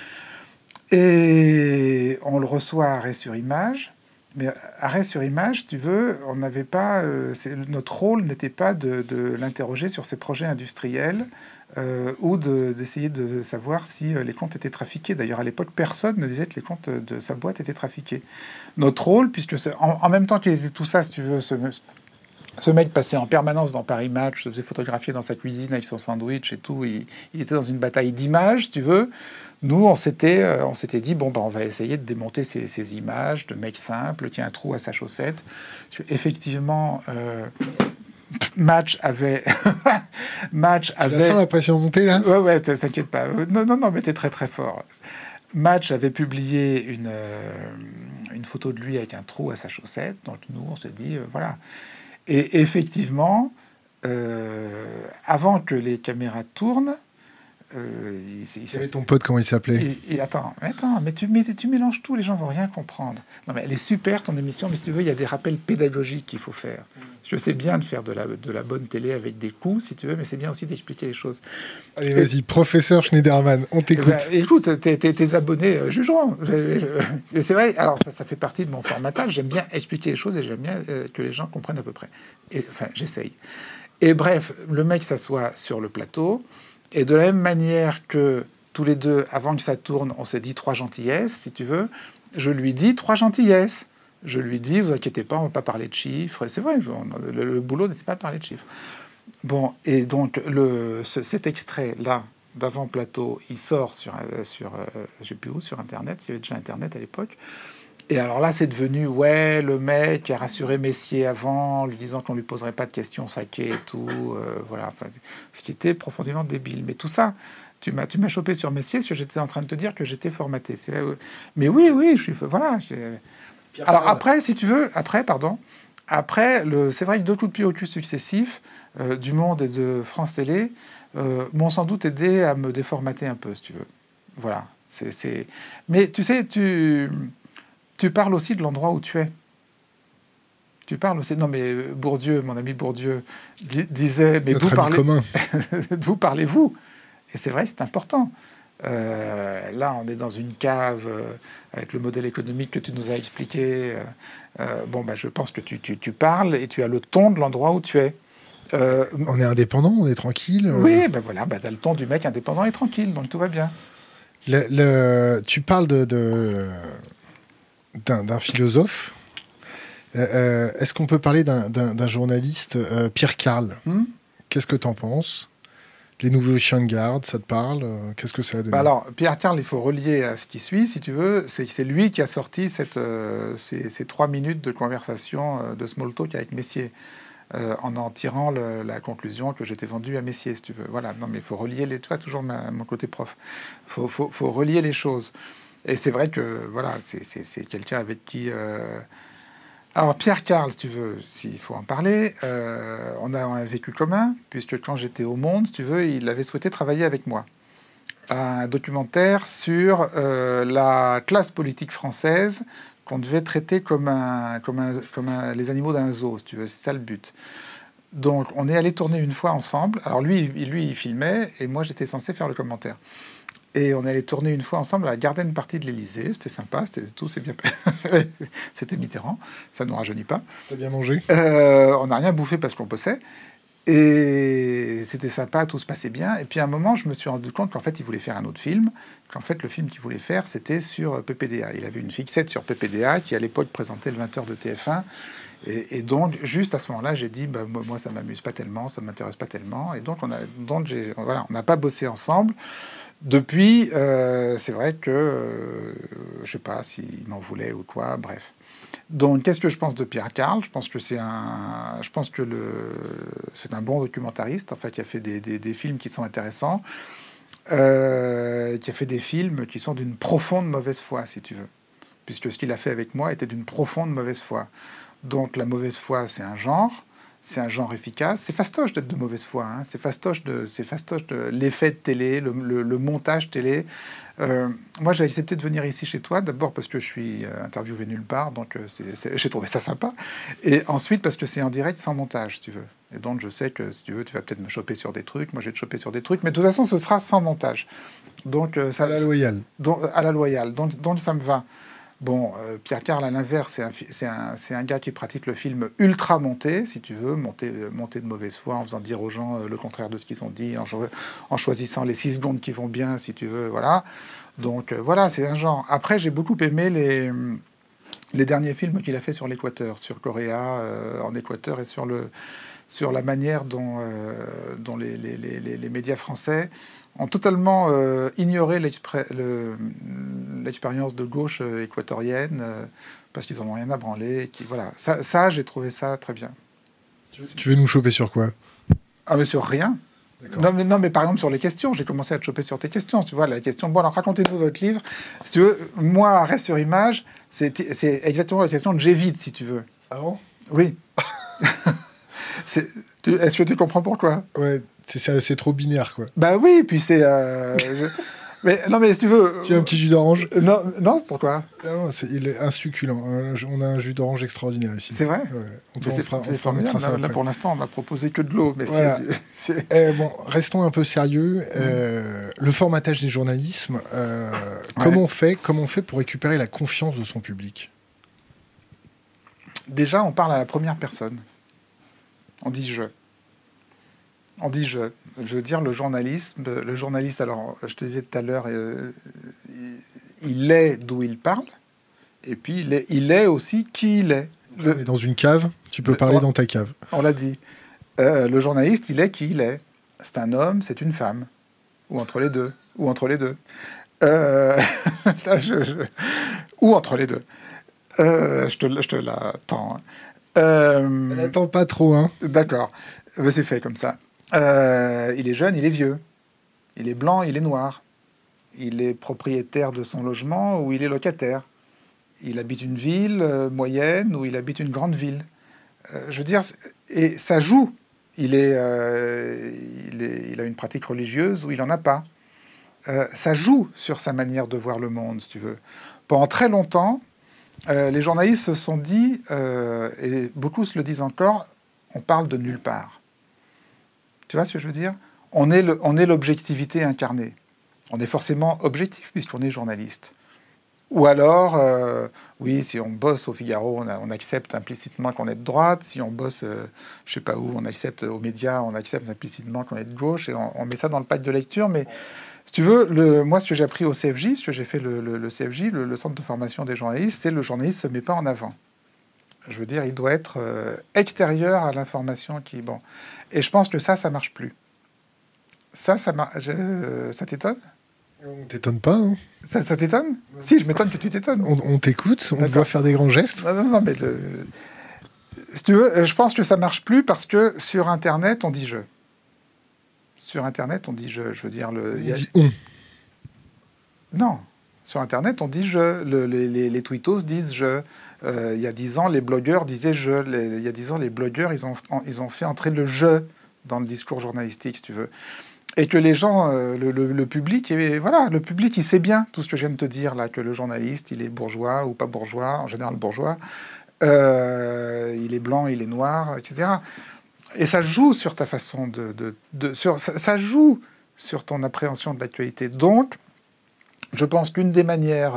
Et on le reçoit à Arrêt sur Image. Mais Arrêt sur Image, si tu veux, on n'avait pas... notre rôle n'était pas de l'interroger sur ses projets industriels ou d'essayer de savoir si les comptes étaient trafiqués. D'ailleurs, à l'époque, personne ne disait que les comptes de sa boîte étaient trafiqués. Notre rôle, puisque en même temps qu'il était tout ça, si tu veux, ce mec passait en permanence dans Paris Match, se faisait photographier dans sa cuisine avec son sandwich et tout. Il était dans une bataille d'images, si tu veux. Nous, on s'était dit, bon, on va essayer de démonter ces images de mecs simples qui a un trou à sa chaussette. Effectivement, Match avait... Tu sens la pression monter, là ? Ouais, t'inquiète pas. Non, mais t'es très, très fort. Match avait publié une photo de lui avec un trou à sa chaussette. Donc, nous, on s'est dit, voilà. Et effectivement, avant que les caméras tournent, il y avait ton pote, comment il s'appelait ? Attends, mais tu mélanges tout, les gens vont rien comprendre. Non, mais elle est super, ton émission, mais si tu veux, il y a des rappels pédagogiques qu'il faut faire. Je sais bien de faire de la bonne télé avec des coups, si tu veux, mais c'est bien aussi d'expliquer les choses. Allez, vas-y, professeur Schneiderman, on t'écoute. Écoute, tes abonnés jugeront. C'est vrai, alors ça fait partie de mon formatage. J'aime bien expliquer les choses et j'aime bien que les gens comprennent à peu près. Enfin, j'essaye. Et bref, le mec s'assoit sur le plateau. Et de la même manière que tous les deux, avant que ça tourne, on s'est dit 3 gentillesses, si tu veux, je lui dis 3 gentillesses. Je lui dis, vous inquiétez pas, on va pas parler de chiffres. Et c'est vrai, le boulot n'était pas de parler de chiffres. Bon, et donc cet extrait-là, d'avant-plateau, il sort sur je sais plus où, sur Internet, s'il y avait déjà Internet à l'époque. Et alors là, c'est devenu, ouais, le mec a rassuré Messier avant, lui disant qu'on lui poserait pas de questions saquées et tout, voilà, enfin, ce qui était profondément débile. Mais tout ça, tu m'as chopé sur Messier, parce que j'étais en train de te dire que j'étais formaté. C'est là où... Mais oui, je suis, voilà. Alors après, si tu veux, après, c'est vrai que 2 coups de pied au cul successifs du Monde et de France Télé m'ont sans doute aidé à me déformater un peu, si tu veux. Voilà. Mais tu sais, tu parles aussi de l'endroit où tu es. Tu parles aussi... Non, mais Bourdieu, mon ami Bourdieu, disait... Mais Notre ami commun. d'où parlez-vous? Et c'est vrai, c'est important. Là, on est dans une cave avec le modèle économique que tu nous as expliqué. Je pense que tu parles et tu as le ton de l'endroit où tu es. On est indépendant, on est tranquille. Oui, voilà, tu as le ton du mec indépendant et tranquille, donc tout va bien. Tu parles d'un philosophe. Est-ce qu'on peut parler d'un journaliste, Pierre Karl? Qu'est-ce que tu en penses? Les nouveaux chiens de garde, ça te parle? Qu'est-ce que ça a donné? Alors, Pierre Karl, il faut relier à ce qui suit, si tu veux. C'est lui qui a sorti ces 3 minutes de conversation de small talk avec Messier, en tirant la conclusion que j'étais vendu à Messier, si tu veux. Voilà, non, mais il faut relier tu vois, toujours mon côté prof. Faut relier les choses. Et c'est vrai que, voilà, c'est quelqu'un avec qui... Alors, Pierre Karl, si tu veux, s'il faut en parler, on a un vécu commun, puisque quand j'étais au Monde, si tu veux, il avait souhaité travailler avec moi. Un documentaire sur la classe politique française qu'on devait traiter comme les animaux d'un zoo, si tu veux. C'est ça le but. Donc, on est allé tourner une fois ensemble. Alors, lui, il filmait, et moi, j'étais censé faire le commentaire. Et on est allé tourner une fois ensemble à la Garden Party de l'Élysée. C'était sympa, c'est bien. C'était Mitterrand, ça ne nous rajeunit pas. T'as bien mangé? On n'a rien bouffé parce qu'on bossait. Et c'était sympa, tout se passait bien. Et puis à un moment, je me suis rendu compte qu'en fait, il voulait faire un autre film. Qu'en fait, le film qu'il voulait faire, c'était sur PPDA. Il avait une fixette sur PPDA qui, à l'époque, présentait le 20h de TF1. Et donc, juste à ce moment-là, j'ai dit, moi, ça m'amuse pas tellement, ça m'intéresse pas tellement. Et donc, on n'a pas bossé ensemble. Depuis, c'est vrai que je sais pas s'il m'en voulait ou quoi, bref. Donc, qu'est-ce que je pense de Pierre Karl? Je pense que c'est un bon documentariste, en fait, qui a fait des films qui sont intéressants, qui a fait des films qui sont d'une profonde mauvaise foi, si tu veux, puisque ce qu'il a fait avec moi était d'une profonde mauvaise foi. Donc, la mauvaise foi, c'est un genre. C'est un genre efficace. C'est fastoche d'être de mauvaise foi. Hein. C'est fastoche de l'effet de télé, le montage télé. Moi, j'ai accepté de venir ici chez toi, d'abord parce que je suis interviewé nulle part, donc j'ai trouvé ça sympa. Et ensuite parce que c'est en direct sans montage, si tu veux. Et donc, je sais que, si tu veux, tu vas peut-être me choper sur des trucs. Moi, je vais te choper sur des trucs. Mais de toute façon, ce sera sans montage. Donc, à la loyale. À la loyale. Donc, ça me va. Bon, Pierre Karl, à l'inverse, c'est un gars qui pratique le film ultra monté, si tu veux, monté de mauvaise foi, en faisant dire aux gens le contraire de ce qu'ils ont dit, en choisissant les 6 secondes qui vont bien, si tu veux, voilà. Donc, voilà, c'est un genre. Après, j'ai beaucoup aimé les derniers films qu'il a fait sur l'Équateur, sur Corée en Équateur, et sur la manière dont les médias français ont totalement ignoré l'expérience de gauche équatorienne parce qu'ils n'en ont rien à branler. Voilà. Ça, j'ai trouvé ça très bien. Tu veux nous choper sur quoi? Ah, mais sur rien. Non, mais par exemple, sur les questions, j'ai commencé à te choper sur tes questions. Tu vois, la question, bon, alors racontez-nous votre livre. Si tu veux, moi, Arrêt sur image, c'est exactement la question que j'évite, si tu veux. Ah bon? Oui. Est-ce que tu comprends pourquoi? Ouais. C'est trop binaire, quoi. Bah oui, puis c'est... Mais non, mais si tu veux... Tu as un petit jus d'orange? Non, pourquoi? Non, il est insucculent. On a un jus d'orange extraordinaire ici. C'est vrai? Ouais. C'est formidable. Là, pour l'instant, on m'a proposé que de l'eau. Mais voilà. Bon, restons un peu sérieux. Le formatage des journalismes, comment on fait pour récupérer la confiance de son public? Déjà, on parle à la première personne. On dit « je ». On dit je veux dire le journaliste, alors je te disais tout à l'heure, il est d'où il parle, et puis il est aussi qui il est. On est dans une cave, tu peux parler dans ta cave. On l'a dit. Le journaliste, il est qui il est. C'est un homme, c'est une femme, ou entre les deux, ou entre les deux. Ou entre les deux. Je te l'attends. N'attends pas trop, hein. D'accord, c'est fait comme ça. Il est jeune, il est vieux. Il est blanc, il est noir. Il est propriétaire de son logement ou il est locataire. Il habite une ville moyenne ou il habite une grande ville. Je veux dire, et ça joue. Il a une pratique religieuse ou il n'en a pas. ça joue sur sa manière de voir le monde, si tu veux. Pendant très longtemps, les journalistes se sont dit, et beaucoup se le disent encore, on parle de nulle part. Tu vois ce que je veux dire? On est l'objectivité incarnée. On est forcément objectif puisqu'on est journaliste. Ou alors, oui, si on bosse au Figaro, on accepte implicitement qu'on est de droite. Si on bosse, je sais pas où, on accepte aux médias, on accepte implicitement qu'on est de gauche. Et on met ça dans le pack de lecture. Mais si tu veux, moi, ce que j'ai appris au CFJ, ce que j'ai fait le CFJ, le Centre de formation des journalistes, c'est le journaliste se met pas en avant. Je veux dire, il doit être extérieur à l'information qui... Bon. Et je pense que ça marche plus. Ça t'étonne? On t'étonne pas, hein. Ça t'étonne? Si, je m'étonne que tu t'étonnes. On t'écoute, on te voit faire des grands gestes. Non, mais si tu veux, je pense que ça marche plus parce que sur Internet, on dit je. Sur Internet, on dit je. Je veux dire, On dit on. Non. Sur Internet, on dit je. Les tweetos disent je. Il y a 10 ans, les blogueurs disaient je. Il y a 10 ans, les blogueurs, ils ont fait entrer le je dans le discours journalistique, si tu veux. Et que les gens, le public, et voilà, le public, il sait bien tout ce que je viens de te dire là, que le journaliste, il est bourgeois ou pas bourgeois, en général bourgeois, il est blanc, il est noir, etc. Et ça joue sur ta façon ça joue sur ton appréhension de l'actualité. Donc, je pense qu'une des manières,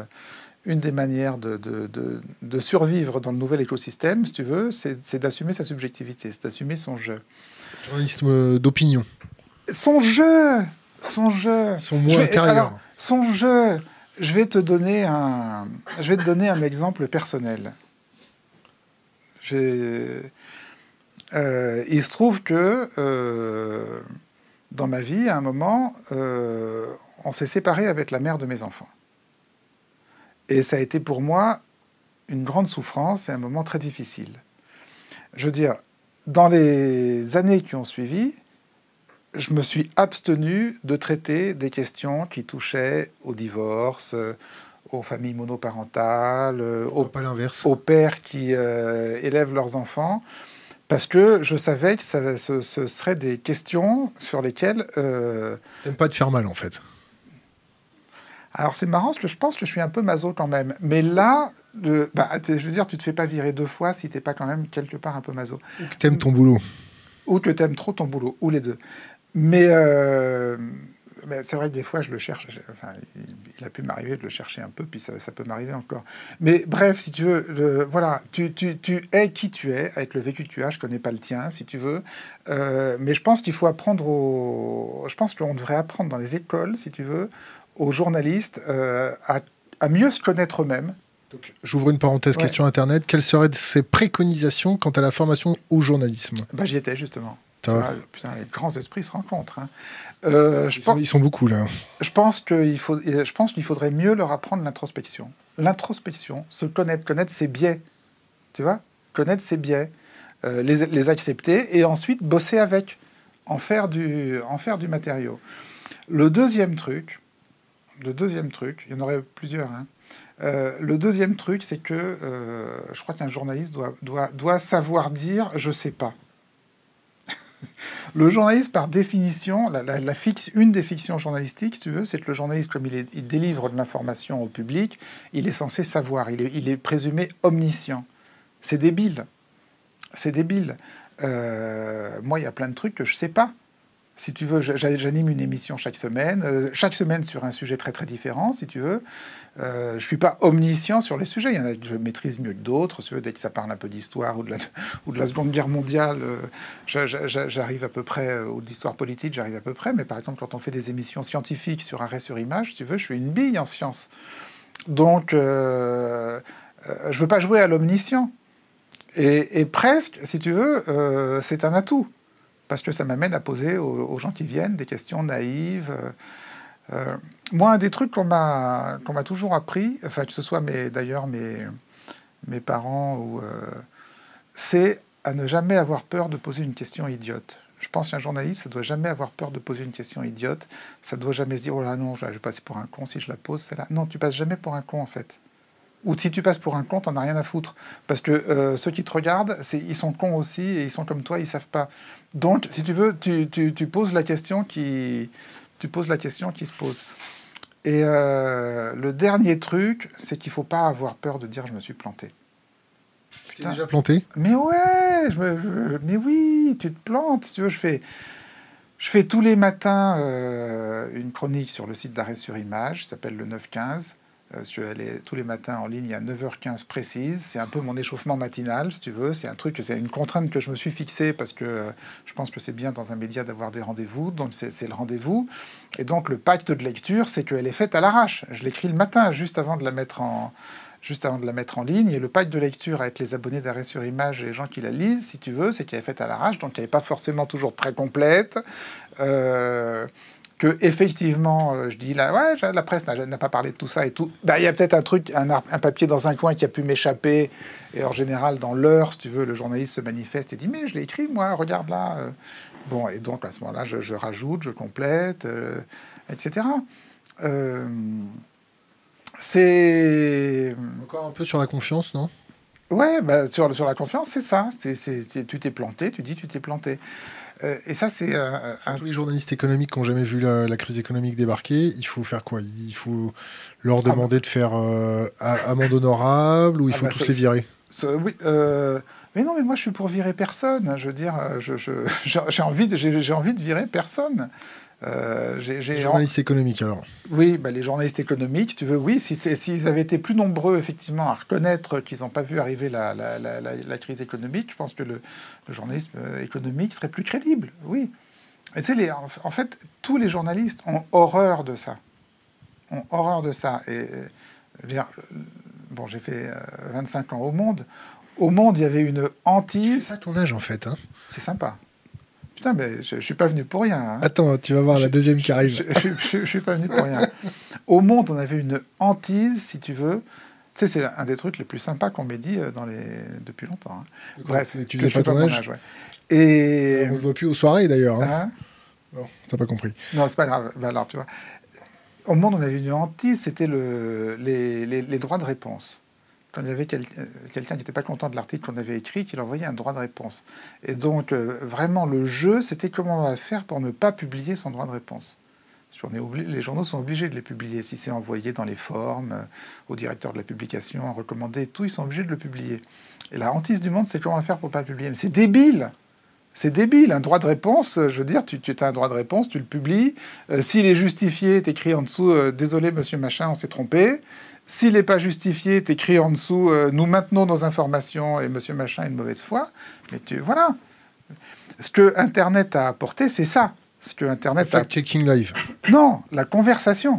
de survivre dans le nouvel écosystème, si tu veux, c'est d'assumer sa subjectivité, c'est d'assumer son jeu. Journalisme d'opinion. Son jeu. Son moi intérieur. Alors, son jeu. Je vais te donner un exemple personnel. Il se trouve que dans ma vie, à un moment, on s'est séparés avec la mère de mes enfants. Et ça a été pour moi une grande souffrance et un moment très difficile. Je veux dire, dans les années qui ont suivi, je me suis abstenu de traiter des questions qui touchaient au divorce, aux familles monoparentales, aux pères qui élèvent leurs enfants, parce que je savais que ce seraient des questions sur lesquelles... T'aimes pas te faire mal, en fait. Alors c'est marrant, parce que je pense que je suis un peu maso quand même. Mais là, je veux dire, tu te fais pas virer 2 fois si t'es pas quand même quelque part un peu maso. Ou que t'aimes ton boulot. Ou que t'aimes trop ton boulot, ou les deux. Mais c'est vrai que des fois, je le cherche. Enfin, il a pu m'arriver de le chercher un peu, puis ça peut m'arriver encore. Mais bref, si tu veux, voilà, tu es qui tu es, avec le vécu que tu as. Je connais pas le tien, si tu veux. Mais je pense qu'il faut apprendre Je pense qu'on devrait apprendre dans les écoles, si tu veux, aux journalistes à mieux se connaître eux-mêmes. Donc, j'ouvre une parenthèse, question Internet. Quelles seraient ses préconisations quant à la formation au journalisme? J'y étais, justement. Putain, les grands esprits se rencontrent. Hein. Ils sont beaucoup, là. Je pense qu'il faudrait mieux leur apprendre l'introspection. L'introspection, se connaître ses biais. Tu vois? Connaître ses biais, les accepter et ensuite bosser avec, en faire du matériau. Le deuxième truc, il y en aurait plusieurs, hein. Le deuxième truc, c'est que je crois qu'un journaliste doit savoir dire « je sais pas ». Le journaliste, par définition, une des fictions journalistiques, si tu veux, c'est que le journaliste, comme il délivre de l'information au public, il est censé savoir, il est présumé omniscient. C'est débile. C'est débile. Moi, il y a plein de trucs que je sais pas. Si tu veux, j'anime une émission chaque semaine sur un sujet très très différent, si tu veux. Je suis pas omniscient sur les sujets. Il y en a que je maîtrise mieux que d'autres. Si tu veux, dès que ça parle un peu d'histoire ou de la Seconde Guerre mondiale, j'arrive à peu près, ou d'histoire politique, j'arrive à peu près. Mais par exemple, quand on fait des émissions scientifiques sur arrêt sur image, si tu veux, je suis une bille en sciences. Donc, je veux pas jouer à l'omniscient. Et presque, si tu veux, c'est un atout. Parce que ça m'amène à poser aux gens qui viennent des questions naïves. Moi, un des trucs qu'on m'a toujours appris, enfin que ce soit d'ailleurs mes parents, c'est à ne jamais avoir peur de poser une question idiote. Je pense qu'un journaliste, ça doit jamais avoir peur de poser une question idiote. Ça doit jamais se dire, oh là non, je vais passer pour un con si je la pose, celle-là. Non, tu passes jamais pour un con, en fait. Ou si tu passes pour un con, t'en as rien à foutre. Parce que ceux qui te regardent, ils sont cons aussi, et ils sont comme toi, ils savent pas. Donc, si tu veux, tu poses la question qui tu poses la question qui se pose. Et le dernier truc, c'est qu'il ne faut pas avoir peur de dire « je me suis planté ». Tu t'es déjà planté? Mais ouais, mais oui, tu te plantes. Si tu veux, je fais tous les matins une chronique sur le site d'Arrêt sur Image, qui s'appelle le 9-15. Elle est tous les matins en ligne à 9h15 précise. C'est un peu mon échauffement matinal, si tu veux. C'est une contrainte que je me suis fixée parce que je pense que c'est bien dans un média d'avoir des rendez-vous. Donc c'est le rendez-vous. Et donc le pacte de lecture, c'est qu'elle est faite à l'arrache. Je l'écris le matin, juste avant de la mettre en ligne. Et le pacte de lecture avec les abonnés d'Arrêt sur Image et les gens qui la lisent, si tu veux, c'est qu'elle est faite à l'arrache. Donc elle n'est pas forcément toujours très complète. Que effectivement, je dis là, ouais, la presse n'a pas parlé de tout ça et tout. Bah, il y a peut-être un truc, un papier dans un coin qui a pu m'échapper. Et en général, dans l'heure, si tu veux, le journaliste se manifeste et dit, mais je l'ai écrit, moi, regarde là. Bon, et donc à ce moment-là, je rajoute, je complète, etc. C'est encore un peu sur la confiance, non? Ouais, bah, sur la confiance, c'est ça. Tu t'es planté, tu dis tu t'es planté. Et ça, c'est tous les journalistes économiques qui n'ont jamais vu la crise économique débarquer, il faut faire quoi? Il faut leur demander de faire amende honorable ou il faut tous les virer? Oui, mais non, mais moi je suis pour virer personne. Je veux dire, j'ai envie de virer personne. Les journalistes économiques, alors. Oui, bah, les journalistes économiques, tu veux, oui, s'ils avaient été plus nombreux, effectivement, à reconnaître qu'ils n'ont pas vu arriver la crise économique, je pense que le journalisme économique serait plus crédible, oui. Et tu sais, en fait, tous les journalistes ont horreur de ça. Ont horreur de ça. Et, je veux dire, bon, j'ai fait 25 ans au Monde. Au Monde, il y avait une hantise. C'est ça ton âge, en fait. Hein. C'est sympa. Putain, mais je suis pas venu pour rien. Hein. Attends, tu vas voir la deuxième qui arrive. Je suis pas venu pour rien. Au Monde, on avait une hantise, si tu veux. Tu sais, c'est un des trucs les plus sympas qu'on m'ait dit depuis longtemps. Hein. Bref, tu disais pas ton âge. Ouais. Et on ne voit plus aux soirées, d'ailleurs. Hein. Hein, non, t'as pas compris. Non, c'est pas grave. Bah, alors, tu vois, au Monde, on avait une hantise, c'était les droits de réponse. Quand il y avait quelqu'un qui n'était pas content de l'article qu'on avait écrit, qu'il envoyait un droit de réponse. Et donc, vraiment, le jeu, c'était comment on va faire pour ne pas publier son droit de réponse. Les journaux sont obligés de les publier. Si c'est envoyé dans les formes, au directeur de la publication, recommandé, tout, ils sont obligés de le publier. Et la hantise du Monde, c'est comment faire pour ne pas le publier. Mais c'est débile. C'est débile. Un droit de réponse, je veux dire, tu as un droit de réponse, tu le publies. S'il est justifié, t'écris en dessous « Désolé, monsieur machin, on s'est trompé ». S'il n'est pas justifié, t'écris en dessous « Nous maintenons nos informations et monsieur machin est de mauvaise foi ». Mais voilà. Ce que Internet a apporté, c'est ça. Ce que Internet a... Fact-checking live. Non, la conversation.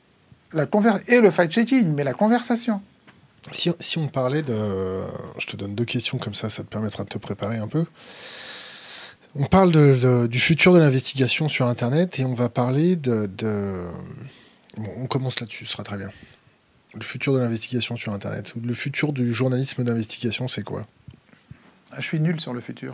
Et le fact-checking, mais la conversation. Si on parlait de... Je te donne 2 questions comme ça te permettra de te préparer un peu. On parle du futur de l'investigation sur Internet et on va parler de... Bon, on commence là-dessus, ce sera très bien. Le futur de l'investigation sur Internet. Le futur du journalisme d'investigation, c'est quoi? Je suis nul sur le futur.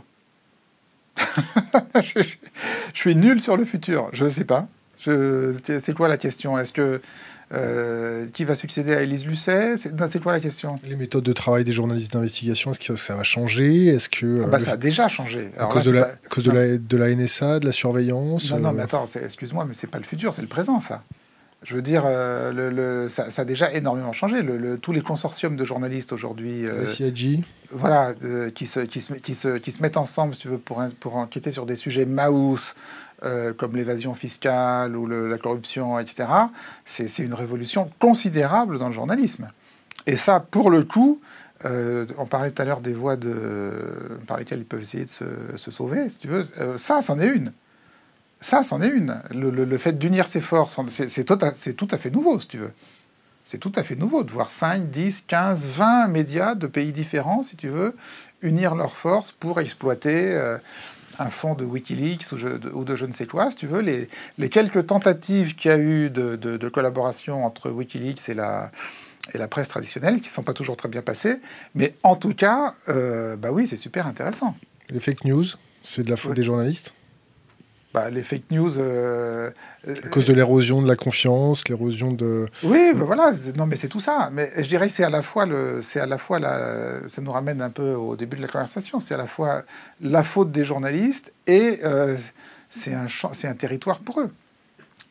Je suis nul sur le futur. Je ne sais pas. C'est quoi la question? Est-ce que... qui va succéder à Élise Lucet? C'est quoi la question? Les méthodes de travail des journalistes d'investigation, est-ce que ça va changer? Est-ce que ça a déjà changé. À cause de la NSA, de la surveillance? Non, mais attends, excuse-moi, mais c'est pas le futur, c'est le présent, ça. Je veux dire, ça a déjà énormément changé. Tous les consortiums de journalistes aujourd'hui, CIG, voilà, qui se mettent ensemble, si tu veux, pour enquêter sur des sujets mouse, comme l'évasion fiscale ou la corruption, etc. C'est une révolution considérable dans le journalisme. Et ça, pour le coup, on parlait tout à l'heure des voies par lesquelles ils peuvent essayer de se sauver, si tu veux. Ça, c'en est une. Ça, c'en est une. Le fait d'unir ses forces, c'est tout à fait nouveau, si tu veux. C'est tout à fait nouveau de voir 5, 10, 15, 20 médias de pays différents, si tu veux, unir leurs forces pour exploiter un fonds de Wikileaks ou de je ne sais quoi, si tu veux. Les quelques tentatives qu'il y a eu de collaboration entre Wikileaks et la presse traditionnelle, qui ne sont pas toujours très bien passées, mais en tout cas, bah oui, c'est super intéressant. Les fake news, c'est de la faute des journalistes? Les fake news... à cause de l'érosion de la confiance, l'érosion de... Oui, voilà. Non, mais c'est tout ça. Mais je dirais que c'est à la fois ça nous ramène un peu au début de la conversation. C'est à la fois la faute des journalistes et c'est un territoire pour eux.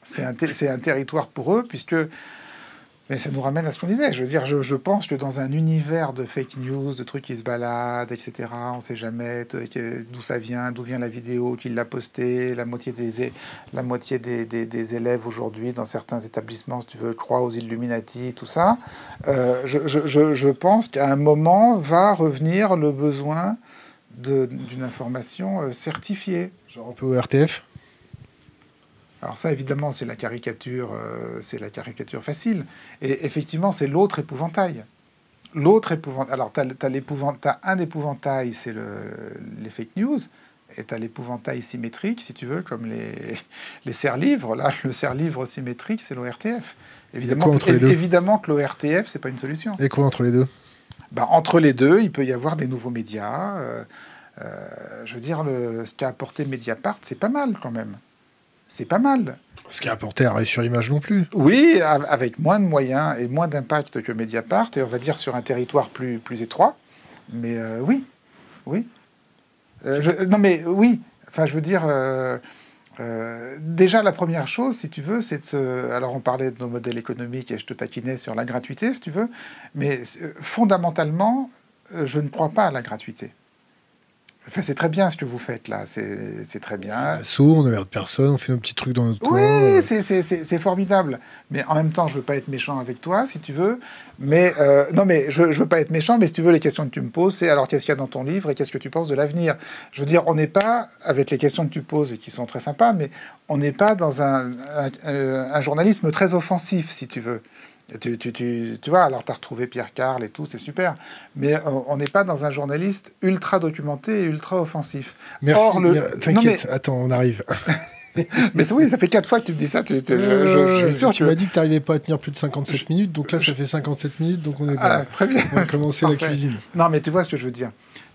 C'est un territoire pour eux, puisque... Mais ça nous ramène à ce qu'on disait. Je veux dire, je pense que dans un univers de fake news, de trucs qui se baladent, etc., on ne sait jamais d'où ça vient, d'où vient la vidéo, qui l'a postée. La moitié des élèves aujourd'hui dans certains établissements, si tu veux, croient aux Illuminati, tout ça. Je pense qu'à un moment va revenir le besoin d'une information certifiée. Genre un peu au RTF. Alors ça, évidemment, c'est la caricature facile. Et effectivement, c'est l'autre épouvantail. L'autre épouvantail. Alors, t'as un épouvantail, c'est les fake news, et t'as l'épouvantail symétrique, si tu veux, comme les serre-livres. Là, le serre-livre symétrique, c'est l'ORTF. Évidemment que l'ORTF, c'est pas une solution. Et quoi entre les deux? Entre les deux, il peut y avoir des nouveaux médias. Je veux dire, ce qu'a apporté Mediapart, c'est pas mal quand même. C'est pas mal. Ce qui a apporté Arrêt sur Image non plus. Oui, avec moins de moyens et moins d'impact que Mediapart, et on va dire sur un territoire plus étroit. Mais oui. Non mais oui. Enfin, je veux dire... déjà, la première chose, si tu veux, c'est alors, on parlait de nos modèles économiques et je te taquinais sur la gratuité, si tu veux. Mais fondamentalement, je ne crois pas à la gratuité. Enfin, c'est très bien ce que vous faites là, c'est très bien. On n'emmerde personne, on fait nos petits trucs dans notre coin. Oui, c'est formidable. Mais en même temps, je veux pas être méchant avec toi, si tu veux. Mais non, mais je veux pas être méchant, mais si tu veux, les questions que tu me poses, c'est alors qu'est-ce qu'il y a dans ton livre et qu'est-ce que tu penses de l'avenir? Je veux dire, on n'est pas, avec les questions que tu poses et qui sont très sympas, mais on n'est pas dans un journalisme très offensif, si tu veux. Tu vois, alors tu as retrouvé Pierre Carl et tout, c'est super. Mais on n'est pas dans un journaliste ultra documenté et ultra offensif. Merci, t'inquiète, attends, on arrive. Mais oui, ça fait 4 fois que tu me dis ça. Je suis sûr tu m'as dit que tu n'arrivais pas à tenir plus de 57 minutes, donc là, ça fait 57 minutes, donc on est pas... très bien. On va commencer la cuisine. Non, mais tu vois ce que je veux dire.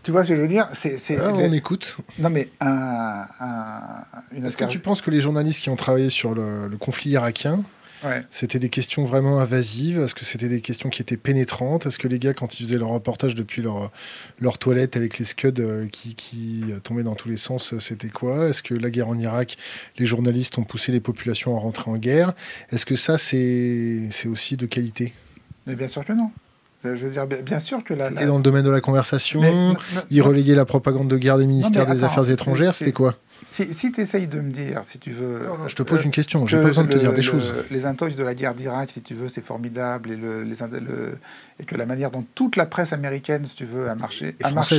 On écoute. Non, mais Est-ce que tu penses que les journalistes qui ont travaillé sur le conflit irakien, c'était des questions vraiment invasives? Est-ce que c'était des questions qui étaient pénétrantes? Est-ce que les gars, quand ils faisaient leur reportage depuis leur toilette avec les scuds qui tombaient dans tous les sens, c'était quoi? Est-ce que la guerre en Irak, les journalistes ont poussé les populations à rentrer en guerre? Est-ce que ça, c'est aussi de qualité? Mais bien sûr que non. Je veux dire, bien sûr que c'était dans le domaine de la conversation. Ils relayaient la propagande de guerre des ministères des Affaires étrangères. C'était quoi? Si tu essayes de me dire, si tu veux... Je te pose une question, j'ai pas besoin de te dire des choses. Les intox de la guerre d'Irak, si tu veux, c'est formidable, et que la manière dont toute la presse américaine, si tu veux, a marché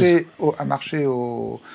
au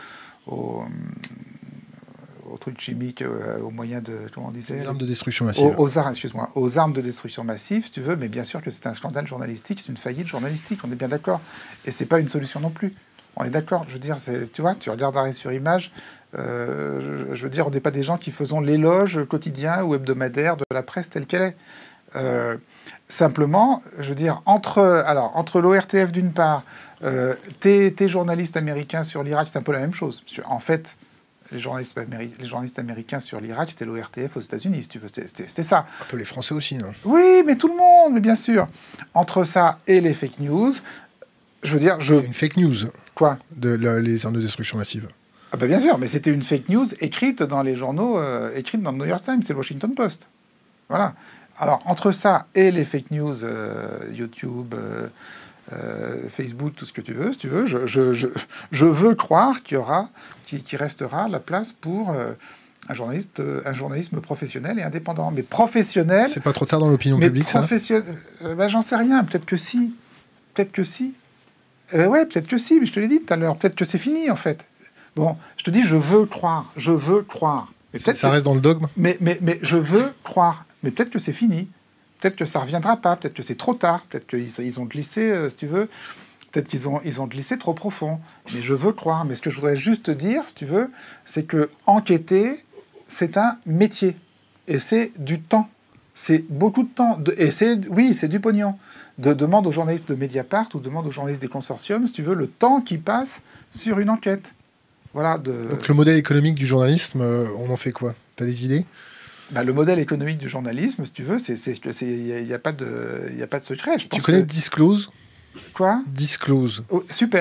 truc chimique, au moyen de... Comment on disait? Les armes de destruction massive. Aux armes de destruction massive, si tu veux, mais bien sûr que c'est un scandale journalistique, c'est une faillite journalistique, on est bien d'accord. Et c'est pas une solution non plus. On est d'accord, je veux dire, tu vois, tu regardes Arrêt sur Image, je veux dire, on n'est pas des gens qui faisons l'éloge quotidien ou hebdomadaire de la presse telle qu'elle est. Simplement, je veux dire, entre l'ORTF d'une part, tes journalistes américains sur l'Irak, c'est un peu la même chose. En fait, les journalistes américains sur l'Irak, c'était l'ORTF aux États-Unis, si tu veux, c'était ça. Un peu les Français aussi, non? Oui, mais tout le monde, mais bien sûr. Entre ça et les fake news, je veux dire... C'est une fake news. Quoi? Les armes de destruction massive. Ah bah bien sûr, mais c'était une fake news écrite dans les journaux, écrite dans le New York Times, c'est le Washington Post. Voilà. Alors, entre ça et les fake news, YouTube, Facebook, tout ce que tu veux, si tu veux, je veux croire qu'il restera la place pour un journalisme professionnel et indépendant. Mais professionnel... C'est pas trop tard dans l'opinion publique, ça? J'en sais rien, peut-être que si. Peut-être que si. Ouais, peut-être que si, mais je te l'ai dit tout à l'heure. Peut-être que c'est fini, en fait. Bon, je te dis, je veux croire. Mais ça reste dans le dogme. Mais je veux croire. Mais peut-être que c'est fini. Peut-être que ça reviendra pas. Peut-être que c'est trop tard. Peut-être qu'ils ont glissé, si tu veux. Peut-être qu'ils ont glissé trop profond. Mais je veux croire. Mais ce que je voudrais juste te dire, si tu veux, c'est que enquêter, c'est un métier. Et c'est du temps. C'est beaucoup de temps. Et c'est du pognon. Demande aux journalistes de Mediapart ou demande aux journalistes des consortiums, si tu veux, le temps qu'ils passent sur une enquête. Voilà. Donc le modèle économique du journalisme, on en fait quoi? T'as des idées? Le modèle économique du journalisme, si tu veux, il n'y a pas de secret. Tu connais Disclose? Quoi? Disclose. Oh, super.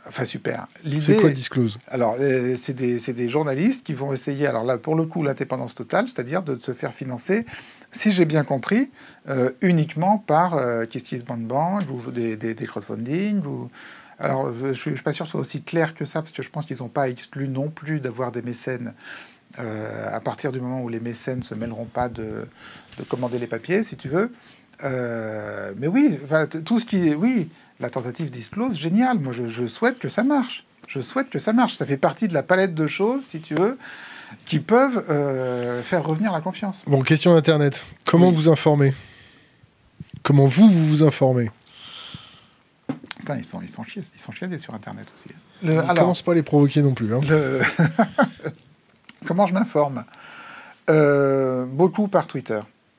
Enfin, super. C'est quoi Disclose? Alors, c'est des journalistes qui vont essayer, alors là, pour le coup, l'indépendance totale, c'est-à-dire de se faire financer, si j'ai bien compris, uniquement par KissKissBankBank ou des crowdfunding. Alors, je ne suis pas sûr que ce soit aussi clair que ça, parce que je pense qu'ils n'ont pas exclu non plus d'avoir des mécènes à partir du moment où les mécènes ne se mêleront pas de commander les papiers, si tu veux. Mais oui, tout ce qui est... Oui, la tentative Disclose, génial. Moi, je souhaite que ça marche. Je souhaite que ça marche. Ça fait partie de la palette de choses, si tu veux, qui peuvent faire revenir la confiance. Bon, question d'Internet. Comment vous informer? Comment vous informez? Putain, ils sont chiadés sur Internet aussi. On ne commence pas à les provoquer non plus. Hein. Comment je m'informe? Beaucoup par Twitter.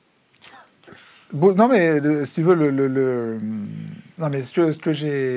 Non, mais si tu veux, non, mais ce que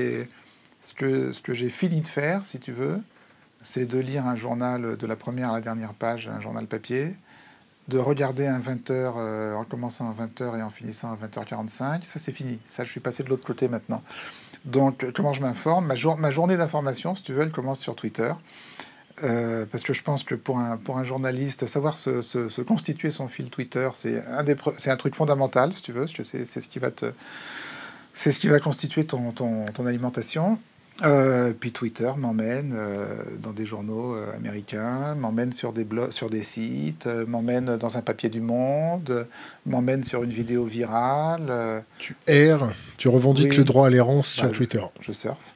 j'ai fini de faire, si tu veux, c'est de lire un journal de la première à la dernière page, un journal papier, de regarder un 20h en commençant à 20h et en finissant à 20h45. Ça, c'est fini. Ça, je suis passé de l'autre côté maintenant. Donc, comment je m'informe? Ma journée d'information, si tu veux, elle commence sur Twitter. Parce que je pense que pour un journaliste, savoir se constituer son fil Twitter, c'est un truc fondamental, si tu veux, parce que c'est ce qui va constituer ton alimentation. Puis Twitter m'emmène dans des journaux américains, m'emmène sur des blogs, sur des sites, m'emmène dans un papier du Monde, m'emmène sur une vidéo virale. Tu erres, tu revendiques le droit à l'errance sur Twitter. Je surfe.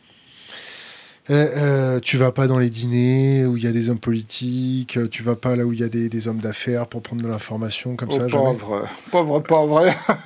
Tu vas pas dans les dîners où il y a des hommes politiques, tu vas pas là où il y a des hommes d'affaires pour prendre de l'information comme ça. Pauvre.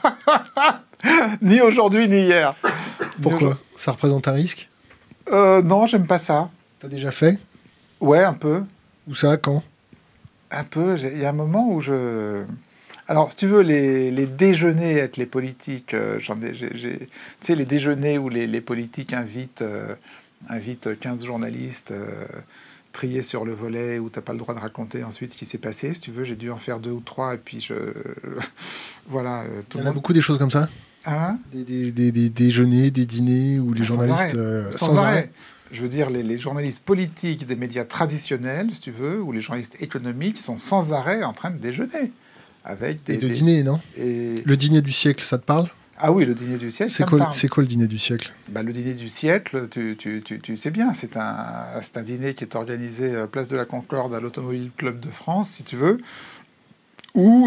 Ni aujourd'hui ni hier. Pourquoi? Ça représente un risque? Non, j'aime pas ça. T'as déjà fait? Ouais, un peu. Où ça? Quand? Un peu. Il y a un moment où je... Alors, si tu veux, les déjeuners avec les politiques, tu sais, les déjeuners où les politiques invitent 15 journalistes triés sur le volet, où tu n'as pas le droit de raconter ensuite ce qui s'est passé. Si tu veux, j'ai dû en faire 2 ou 3, et puis voilà. Il y en a beaucoup des choses comme ça? Hein? Des déjeuners, des dîners, où les journalistes... Sans arrêt. Je veux dire, les journalistes politiques des médias traditionnels, si tu veux, ou les journalistes économiques sont sans arrêt en train de déjeuner. Dîner, non? Le dîner du siècle, ça te parle? Ah oui, le dîner du siècle, c'est quoi le dîner du siècle? Le dîner du siècle, tu sais bien, c'est un dîner qui est organisé place de la Concorde à l'Automobile Club de France, si tu veux, où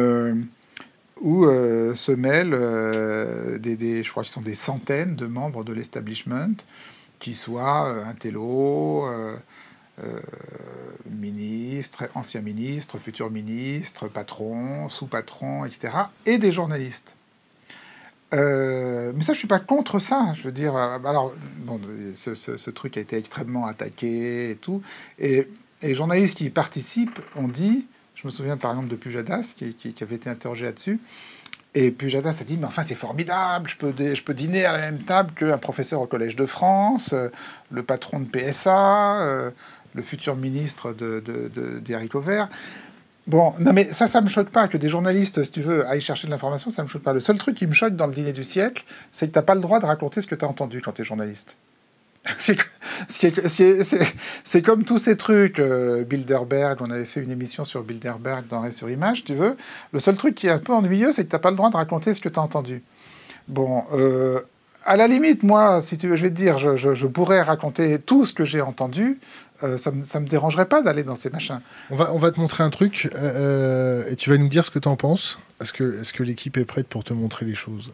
se mêlent je crois que ce sont des centaines de membres de l'establishment, qui soient intello, ministres, anciens ministres, futurs ministres, patrons, sous-patrons, etc., et des journalistes. Mais ça, je suis pas contre ça. Je veux dire, alors, bon, ce truc a été extrêmement attaqué et tout. Et les journalistes qui y participent ont dit, je me souviens par exemple de Pujadas qui avait été interrogé là-dessus. Et Pujadas a dit, mais enfin, c'est formidable, je peux dîner à la même table qu'un professeur au Collège de France, le patron de PSA, le futur ministre des haricots verts. Bon, non mais ça me choque pas que des journalistes, si tu veux, aillent chercher de l'information, ça me choque pas. Le seul truc qui me choque dans le dîner du siècle, c'est que t'as pas le droit de raconter ce que t'as entendu quand t'es journaliste. C'est comme tous ces trucs, Bilderberg, on avait fait une émission sur Bilderberg dans Arrêt sur Image, tu veux. Le seul truc qui est un peu ennuyeux, c'est que t'as pas le droit de raconter ce que t'as entendu. Bon, à la limite, moi, si tu veux, je vais te dire, je pourrais raconter tout ce que j'ai entendu. Ça me dérangerait pas d'aller dans ces machins. On va te montrer un truc et tu vas nous dire ce que tu en penses. Est-ce que l'équipe est prête pour te montrer les choses?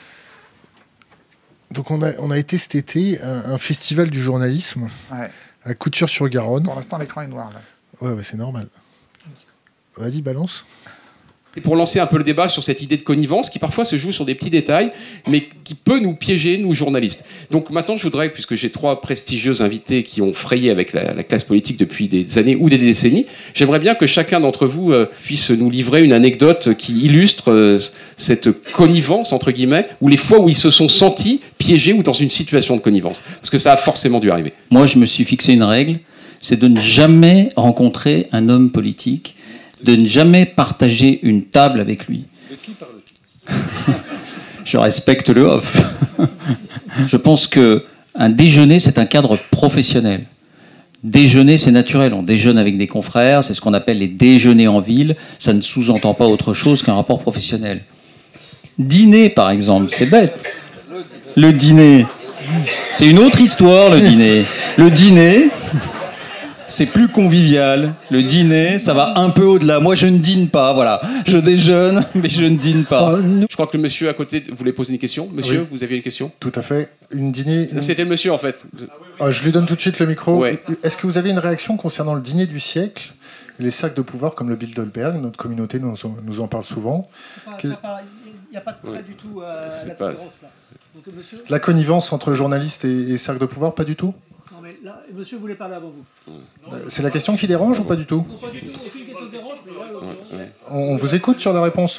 Donc on a été cet été un festival du journalisme à Couture-sur-Garonne. Pour l'instant, l'écran est noir là. Ouais, c'est normal. Vas-y, balance. Et pour lancer un peu le débat sur cette idée de connivence qui parfois se joue sur des petits détails, mais qui peut nous piéger, nous journalistes. Donc maintenant, je voudrais, puisque j'ai 3 prestigieux invités qui ont frayé avec la classe politique depuis des années ou des décennies, j'aimerais bien que chacun d'entre vous puisse nous livrer une anecdote qui illustre cette connivence, entre guillemets, ou les fois où ils se sont sentis piégés ou dans une situation de connivence. Parce que ça a forcément dû arriver. Moi, je me suis fixé une règle, c'est de ne jamais rencontrer un homme politique, de ne jamais partager une table avec lui. De qui parle-t-il? Je respecte le off. Je pense que Un déjeuner, c'est un cadre professionnel. Déjeuner, c'est naturel. On déjeune avec des confrères, c'est ce qu'on appelle les déjeuners en ville. Ça ne sous-entend pas autre chose qu'un rapport professionnel. Dîner, par exemple, c'est bête. Le dîner, c'est une autre histoire, le dîner. Le dîner, c'est plus convivial. Le dîner, ça va un peu au-delà. Moi, je ne dîne pas, voilà. Je déjeune, mais je ne dîne pas. Je crois que le monsieur à côté voulait poser une question. Monsieur, Oui. vous aviez une question? Tout à fait. Une dîner. C'était le monsieur, en fait. Je lui donne tout de suite le micro. Ouais. Est-ce que vous avez une réaction concernant le dîner du siècle? Les cercles de pouvoir comme le Bilderberg, notre communauté nous en parle souvent. Il n'y a pas de trait du tout à C'est la pas- tolérance, là. Donc, monsieur, La connivence entre journalistes et cercles de pouvoir, pas du tout? non, mais là, monsieur voulait parler avant vous. C'est la question qui dérange ou pas du tout? Non, pas du tout, aucune question dérange, mais là, l'occurrence, On vous écoute sur la réponse.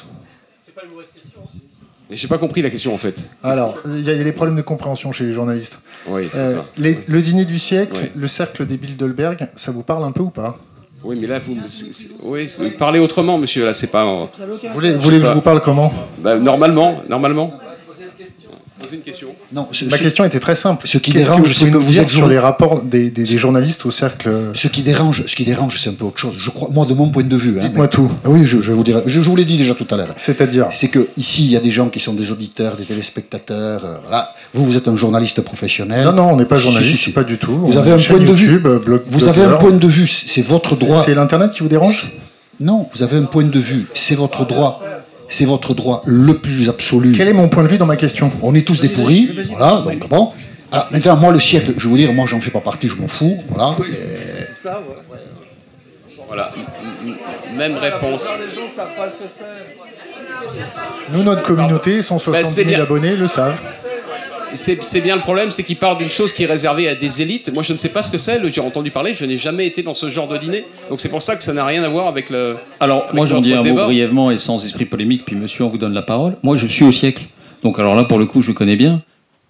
Mais j'ai pas compris la question, en fait. Alors, il y a des problèmes de compréhension chez les journalistes. Oui, c'est ça. Le dîner du siècle, Ouais. le cercle des Bilderberg, ça vous parle un peu ou pas? Oui, mais là, parlez autrement, monsieur. Là, c'est pas. ça n'a aucun Vous voulez que je vous parle comment? Normalement. Posez une question. Non, Ma question était très simple. ce qui Qu'est-ce dérange, que vous c'est pouvez que nous vous dire êtes sur les rapports des journalistes au cercle? ce qui dérange, c'est un peu autre chose. Je crois, moi, de mon point de vue. Dites-moi tout. Oui, je vais vous dire. Je vous l'ai dit déjà tout à l'heure. C'est-à-dire? C'est que ici, il y a des gens qui sont des auditeurs, des téléspectateurs. Voilà. Vous êtes un journaliste professionnel. Non, on n'est pas Si, journaliste, si, si. pas du tout. Vous On avez a un une chaîne point de vue. YouTube, Vous avez un point de vue. C'est votre droit. C'est l'Internet qui vous dérange? Non, vous avez un point de vue. C'est votre droit. C'est votre droit le plus absolu. Quel est mon point de vue dans ma question? On est tous des pourris. Voilà. Donc bon. Alors, maintenant, moi, le siècle, je vais vous dire, moi, j'en fais pas partie. Je m'en fous. Voilà. Voilà. Même réponse. Nous, notre communauté, 170 c'est 000 bien. abonnés, le savent. C'est bien le problème, c'est qu'il parle d'une chose qui est réservée à des élites. Moi, je ne sais pas ce que c'est. J'ai entendu parler. Je n'ai jamais été dans ce genre de dîner. Donc, c'est pour ça que ça n'a rien à voir avec le. Alors, avec moi, j'en notre dis un mot débat. brièvement et sans esprit polémique, puis monsieur, on vous donne la parole. Moi, je suis au siècle. Donc, alors là, pour le coup, je connais bien.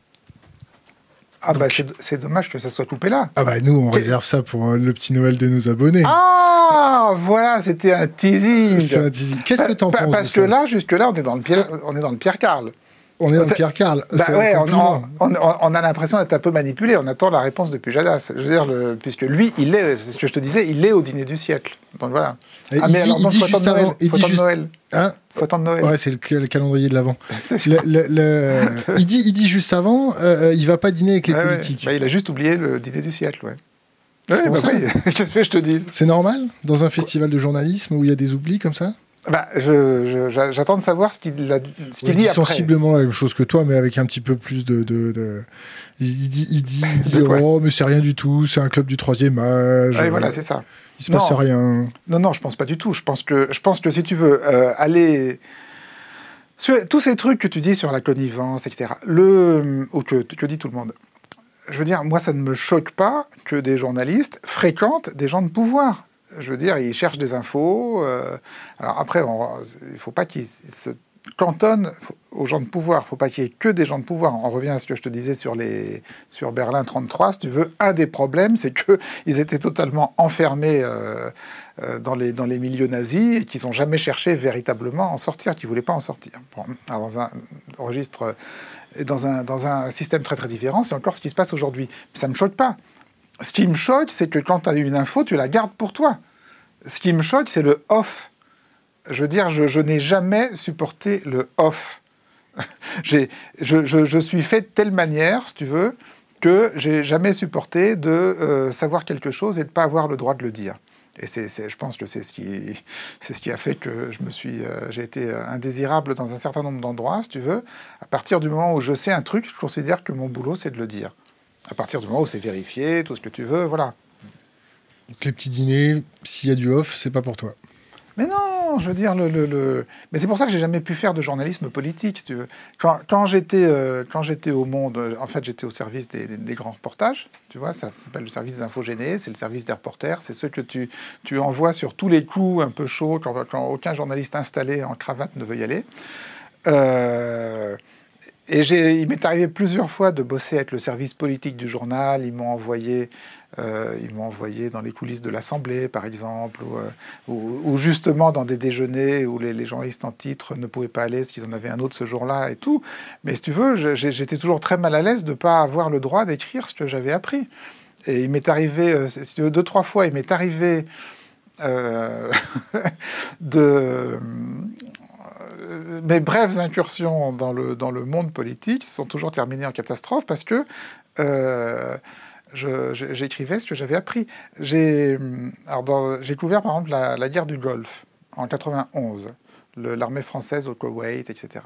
Ah bah c'est dommage que ça soit coupé là. Ah bah nous, on réserve ça pour le petit Noël de nos abonnés. Ah, voilà, c'était un teasing. C'est un teasing. Qu'est-ce que t'en penses Parce de que ça là, jusque-là, on est dans le Pierre Carl. On est dans le Pierre Carl. Bah C'est un ouais, compliment. on a l'impression d'être un peu manipulé. On attend la réponse de Pujadas. Je veux dire, puisque lui, il est, c'est ce que je te disais, il est au dîner du siècle. Donc voilà. Et il dit juste avant, il dit juste- Hein Faut attendre Noël. Ouais, c'est le calendrier de l'avant. Il dit juste avant, il va pas dîner avec les Ouais, ouais. politiques. Bah, il a juste oublié le dîner du siècle, ouais. C'est Ouais, pour bah ça. oui, qu'est-ce que je te dis? C'est normal dans un festival de journalisme où il y a des oublis comme ça? Bah, j'attends de savoir ce qu'il Il dit dit après. sensiblement la même chose que toi, mais avec un petit peu plus de... Il dit De quoi? oh, mais c'est rien du tout, c'est un club du troisième âge. Ouais, voilà, c'est ça. Il se passe Non. rien. Non, je pense pas du tout. Je pense que si tu veux aller sur tous ces trucs que tu dis sur la connivence, etc. Ou que dit tout le monde. Je veux dire, moi, ça ne me choque pas que des journalistes fréquentent des gens de pouvoir. Je veux dire, ils cherchent des infos. Alors après, il ne faut pas qu'ils se cantonnent aux gens de pouvoir. Il ne faut pas qu'il y ait que des gens de pouvoir. On revient à ce que je te disais sur Berlin 33, si tu veux. Un des problèmes, c'est qu'ils étaient totalement enfermés dans les milieux nazis et qu'ils n'ont jamais cherché véritablement à en sortir, qu'ils ne voulaient pas en sortir. Bon, alors dans un registre et dans un système très très différent, c'est encore ce qui se passe aujourd'hui. Ça ne me choque pas. Ce qui me choque, c'est que quand tu as une info, tu la gardes pour toi. Ce qui me choque, c'est le off. Je veux dire, je n'ai jamais supporté le off. Je suis fait de telle manière, si tu veux, que j'ai jamais supporté de savoir quelque chose et de ne pas avoir le droit de le dire. Et je pense que c'est ce qui a fait que j'ai été indésirable dans un certain nombre d'endroits, si tu veux. À partir du moment où je sais un truc, je considère que mon boulot, c'est de le dire. À partir du moment où c'est vérifié, tout ce que tu veux, voilà. Donc les petits dîners, s'il y a du off, c'est pas pour toi. Mais non, je veux dire, mais c'est pour ça que j'ai jamais pu faire de journalisme politique, si tu veux. Quand j'étais au Monde, en fait, j'étais au service des grands reportages, tu vois, ça s'appelle le service des infogénés, c'est le service des reporters, c'est ceux que tu envoies sur tous les coups un peu chauds, quand aucun journaliste installé en cravate ne veut y aller. Et il m'est arrivé plusieurs fois de bosser avec le service politique du journal. Ils m'ont envoyé dans les coulisses de l'Assemblée, par exemple, ou justement dans des déjeuners où les journalistes en titre ne pouvaient pas aller parce qu'ils en avaient un autre ce jour-là et tout. Mais si tu veux, j'étais toujours très mal à l'aise de ne pas avoir le droit d'écrire ce que j'avais appris. Et il m'est arrivé, si tu veux, 2-3 fois, il m'est arrivé mes brèves incursions dans le monde politique sont toujours terminées en catastrophe parce que j'écrivais ce que j'avais appris. J'ai couvert par exemple la guerre du Golfe en 91, l'armée française au Koweït, etc.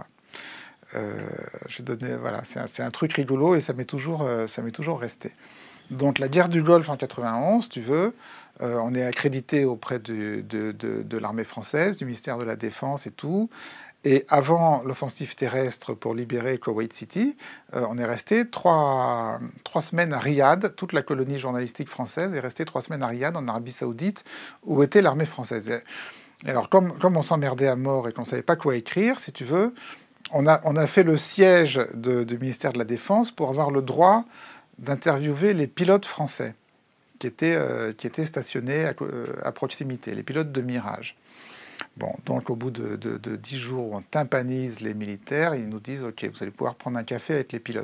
Voilà, c'est un truc rigolo et ça m'est toujours resté. Donc la guerre du Golfe en 91, tu veux, on est accrédité auprès de l'armée française, du ministère de la Défense et tout. Et avant l'offensive terrestre pour libérer Koweït City, on est resté trois semaines à Riyad. Toute la colonie journalistique française est restée 3 semaines à Riyad, en Arabie Saoudite, où était l'armée française. Et alors, comme on s'emmerdait à mort et qu'on ne savait pas quoi écrire, si tu veux, on a fait le siège du ministère de la Défense pour avoir le droit d'interviewer les pilotes français qui étaient stationnés à proximité, les pilotes de Mirage. Bon, donc au bout de 10 jours où on tympanise les militaires, ils nous disent « Ok, vous allez pouvoir prendre un café avec les pilotes ».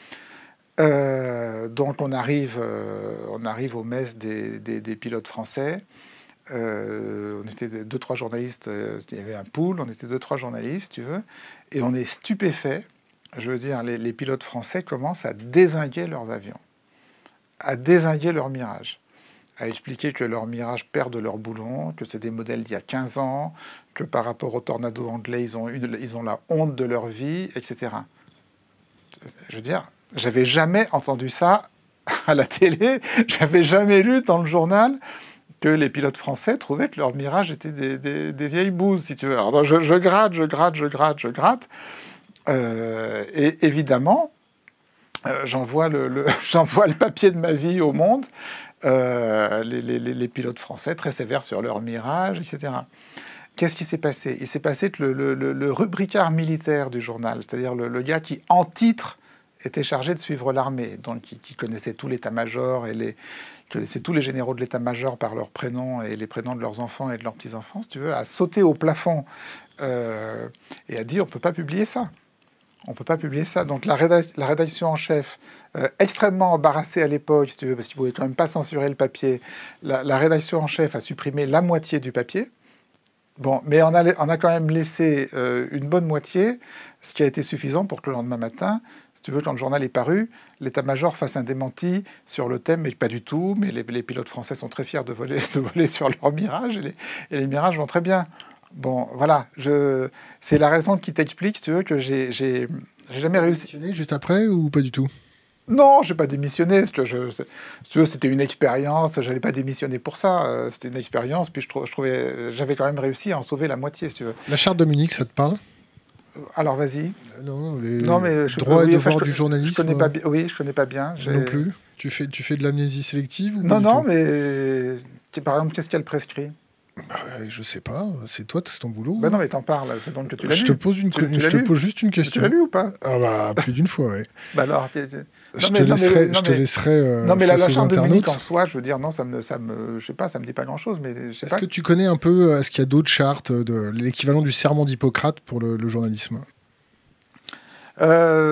Donc on arrive aux messes des pilotes français. On était 2-3 journalistes, il y avait un pool, on était 2-3 journalistes, tu veux, et on est stupéfaits. Je veux dire, les pilotes français commencent à dézinguer leurs avions, à dézinguer leurs Mirages, à expliquer que leurs Mirages perdent leur boulon, que c'est des modèles d'il y a 15 ans, que par rapport aux Tornado anglais, ils ont la honte de leur vie, etc. Je veux dire, j'avais jamais entendu ça à la télé, j'avais jamais lu dans le journal que les pilotes français trouvaient que leurs Mirages étaient des vieilles bouses, si tu veux. Alors je gratte. Et évidemment, j'envoie le papier de ma vie au monde, les pilotes français très sévères sur leur Mirage, etc. Qu'est-ce qui s'est passé? Il s'est passé que le rubricard militaire du journal, c'est-à-dire le gars qui, en titre, était chargé de suivre l'armée, donc qui connaissait tout l'état-major et connaissait tous les généraux de l'état-major par leurs prénoms et les prénoms de leurs enfants et de leurs petits-enfants, si tu veux, a sauté au plafond et a dit on ne peut pas publier ça. On ne peut pas publier ça. Donc la rédaction en chef, extrêmement embarrassée à l'époque, si tu veux, parce qu'ils ne pouvaient quand même pas censurer le papier, la rédaction en chef a supprimé la moitié du papier. Bon, mais on a quand même laissé une bonne moitié, ce qui a été suffisant pour que le lendemain matin, si tu veux, quand le journal est paru, l'état-major fasse un démenti sur le thème, mais pas du tout. Mais les pilotes français sont très fiers de voler sur leur Mirage, et les Mirages vont très bien. Bon, voilà, c'est la raison qui t'explique, si tu veux, que j'ai jamais réussi. Démissionné juste après ou pas du tout? Non, j'ai pas démissionné. Si tu veux, c'était une expérience. J'allais pas démissionner pour ça. C'était une expérience. Puis j'avais quand même réussi à en sauver la moitié, si tu veux. La charte de Munich, ça te parle? Alors vas-y. Non, les mais droits et devoirs du journalisme. Je connais pas bien. Oui, je connais pas bien. Non plus. Tu fais de l'amnésie sélective ou Non, mais par exemple, qu'est-ce qu'elle prescrit? Je sais pas, c'est toi, c'est ton boulot. Non, mais t'en parles, c'est donc que tu l'as lu. Je te pose juste une question. Tu l'as lu ou pas? Ah bah, plus d'une fois, oui. Bah alors, je te laisserai. Non, mais la charte de Munich en soi, je veux dire, non, je sais pas, ça me dit pas grand-chose, mais je sais pas. Est-ce que tu connais un peu, est-ce qu'il y a d'autres chartes, l'équivalent du serment d'Hippocrate pour le journalisme? Il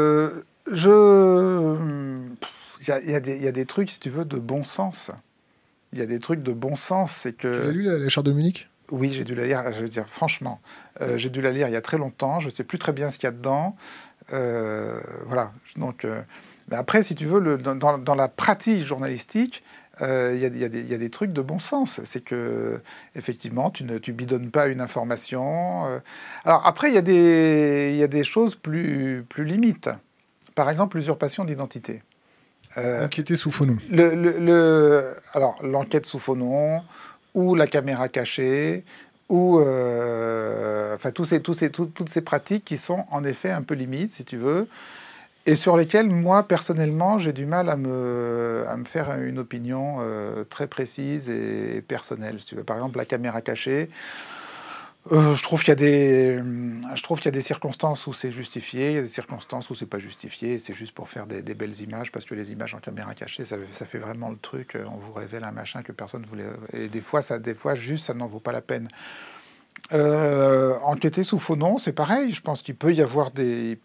y a des trucs, si tu veux, de bon sens. Il y a des trucs de bon sens, c'est que... Tu l'as lu, la charte de Munich? Oui, j'ai dû la lire, je veux dire, franchement. J'ai dû la lire il y a très longtemps, je ne sais plus très bien ce qu'il y a dedans. Voilà, donc... mais après, si tu veux, dans la pratique journalistique, il y a des trucs de bon sens. C'est que, effectivement, tu bidonnes pas une information. Alors après, il y a des choses plus limites. Par exemple, l'usurpation d'identité. Enquêter sous faux nom. Alors, l'enquête sous faux nom, ou la caméra cachée, ou enfin toutes ces pratiques qui sont en effet un peu limites, si tu veux, et sur lesquelles moi personnellement j'ai du mal à me faire une opinion très précise et personnelle. Si tu veux, par exemple la caméra cachée. Je trouve qu'il y a des circonstances où c'est justifié, il y a des circonstances où c'est pas justifié, c'est juste pour faire des belles images, parce que les images en caméra cachée, ça fait vraiment le truc, on vous révèle un machin que personne voulait... Et des fois, ça n'en vaut pas la peine. Enquêter sous faux nom, c'est pareil, je pense qu'il peut y avoir des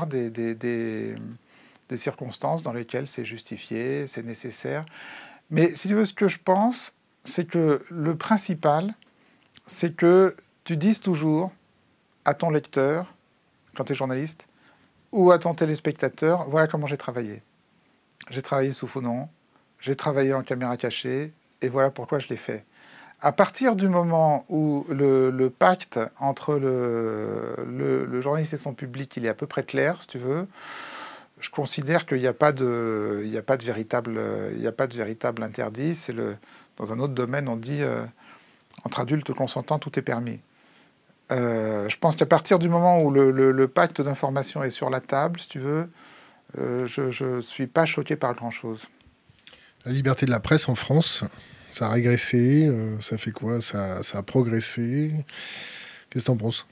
circonstances dans lesquelles c'est justifié, c'est nécessaire. Mais si tu veux, ce que je pense, c'est que le principal, c'est que tu dises toujours à ton lecteur, quand tu es journaliste, ou à ton téléspectateur, voilà comment j'ai travaillé. J'ai travaillé sous faux nom, j'ai travaillé en caméra cachée, et voilà pourquoi je l'ai fait. À partir du moment où le pacte entre le journaliste et son public, il est à peu près clair, si tu veux, je considère qu'il n'y a pas de véritable interdit. Dans un autre domaine, on dit entre adultes consentants, tout est permis. Je pense qu'à partir du moment où le pacte d'information est sur la table, si tu veux, je ne suis pas choqué par grand-chose. La liberté de la presse en France, ça a régressé, ça fait quoi? Ça a progressé. Qu'est-ce que tu en penses?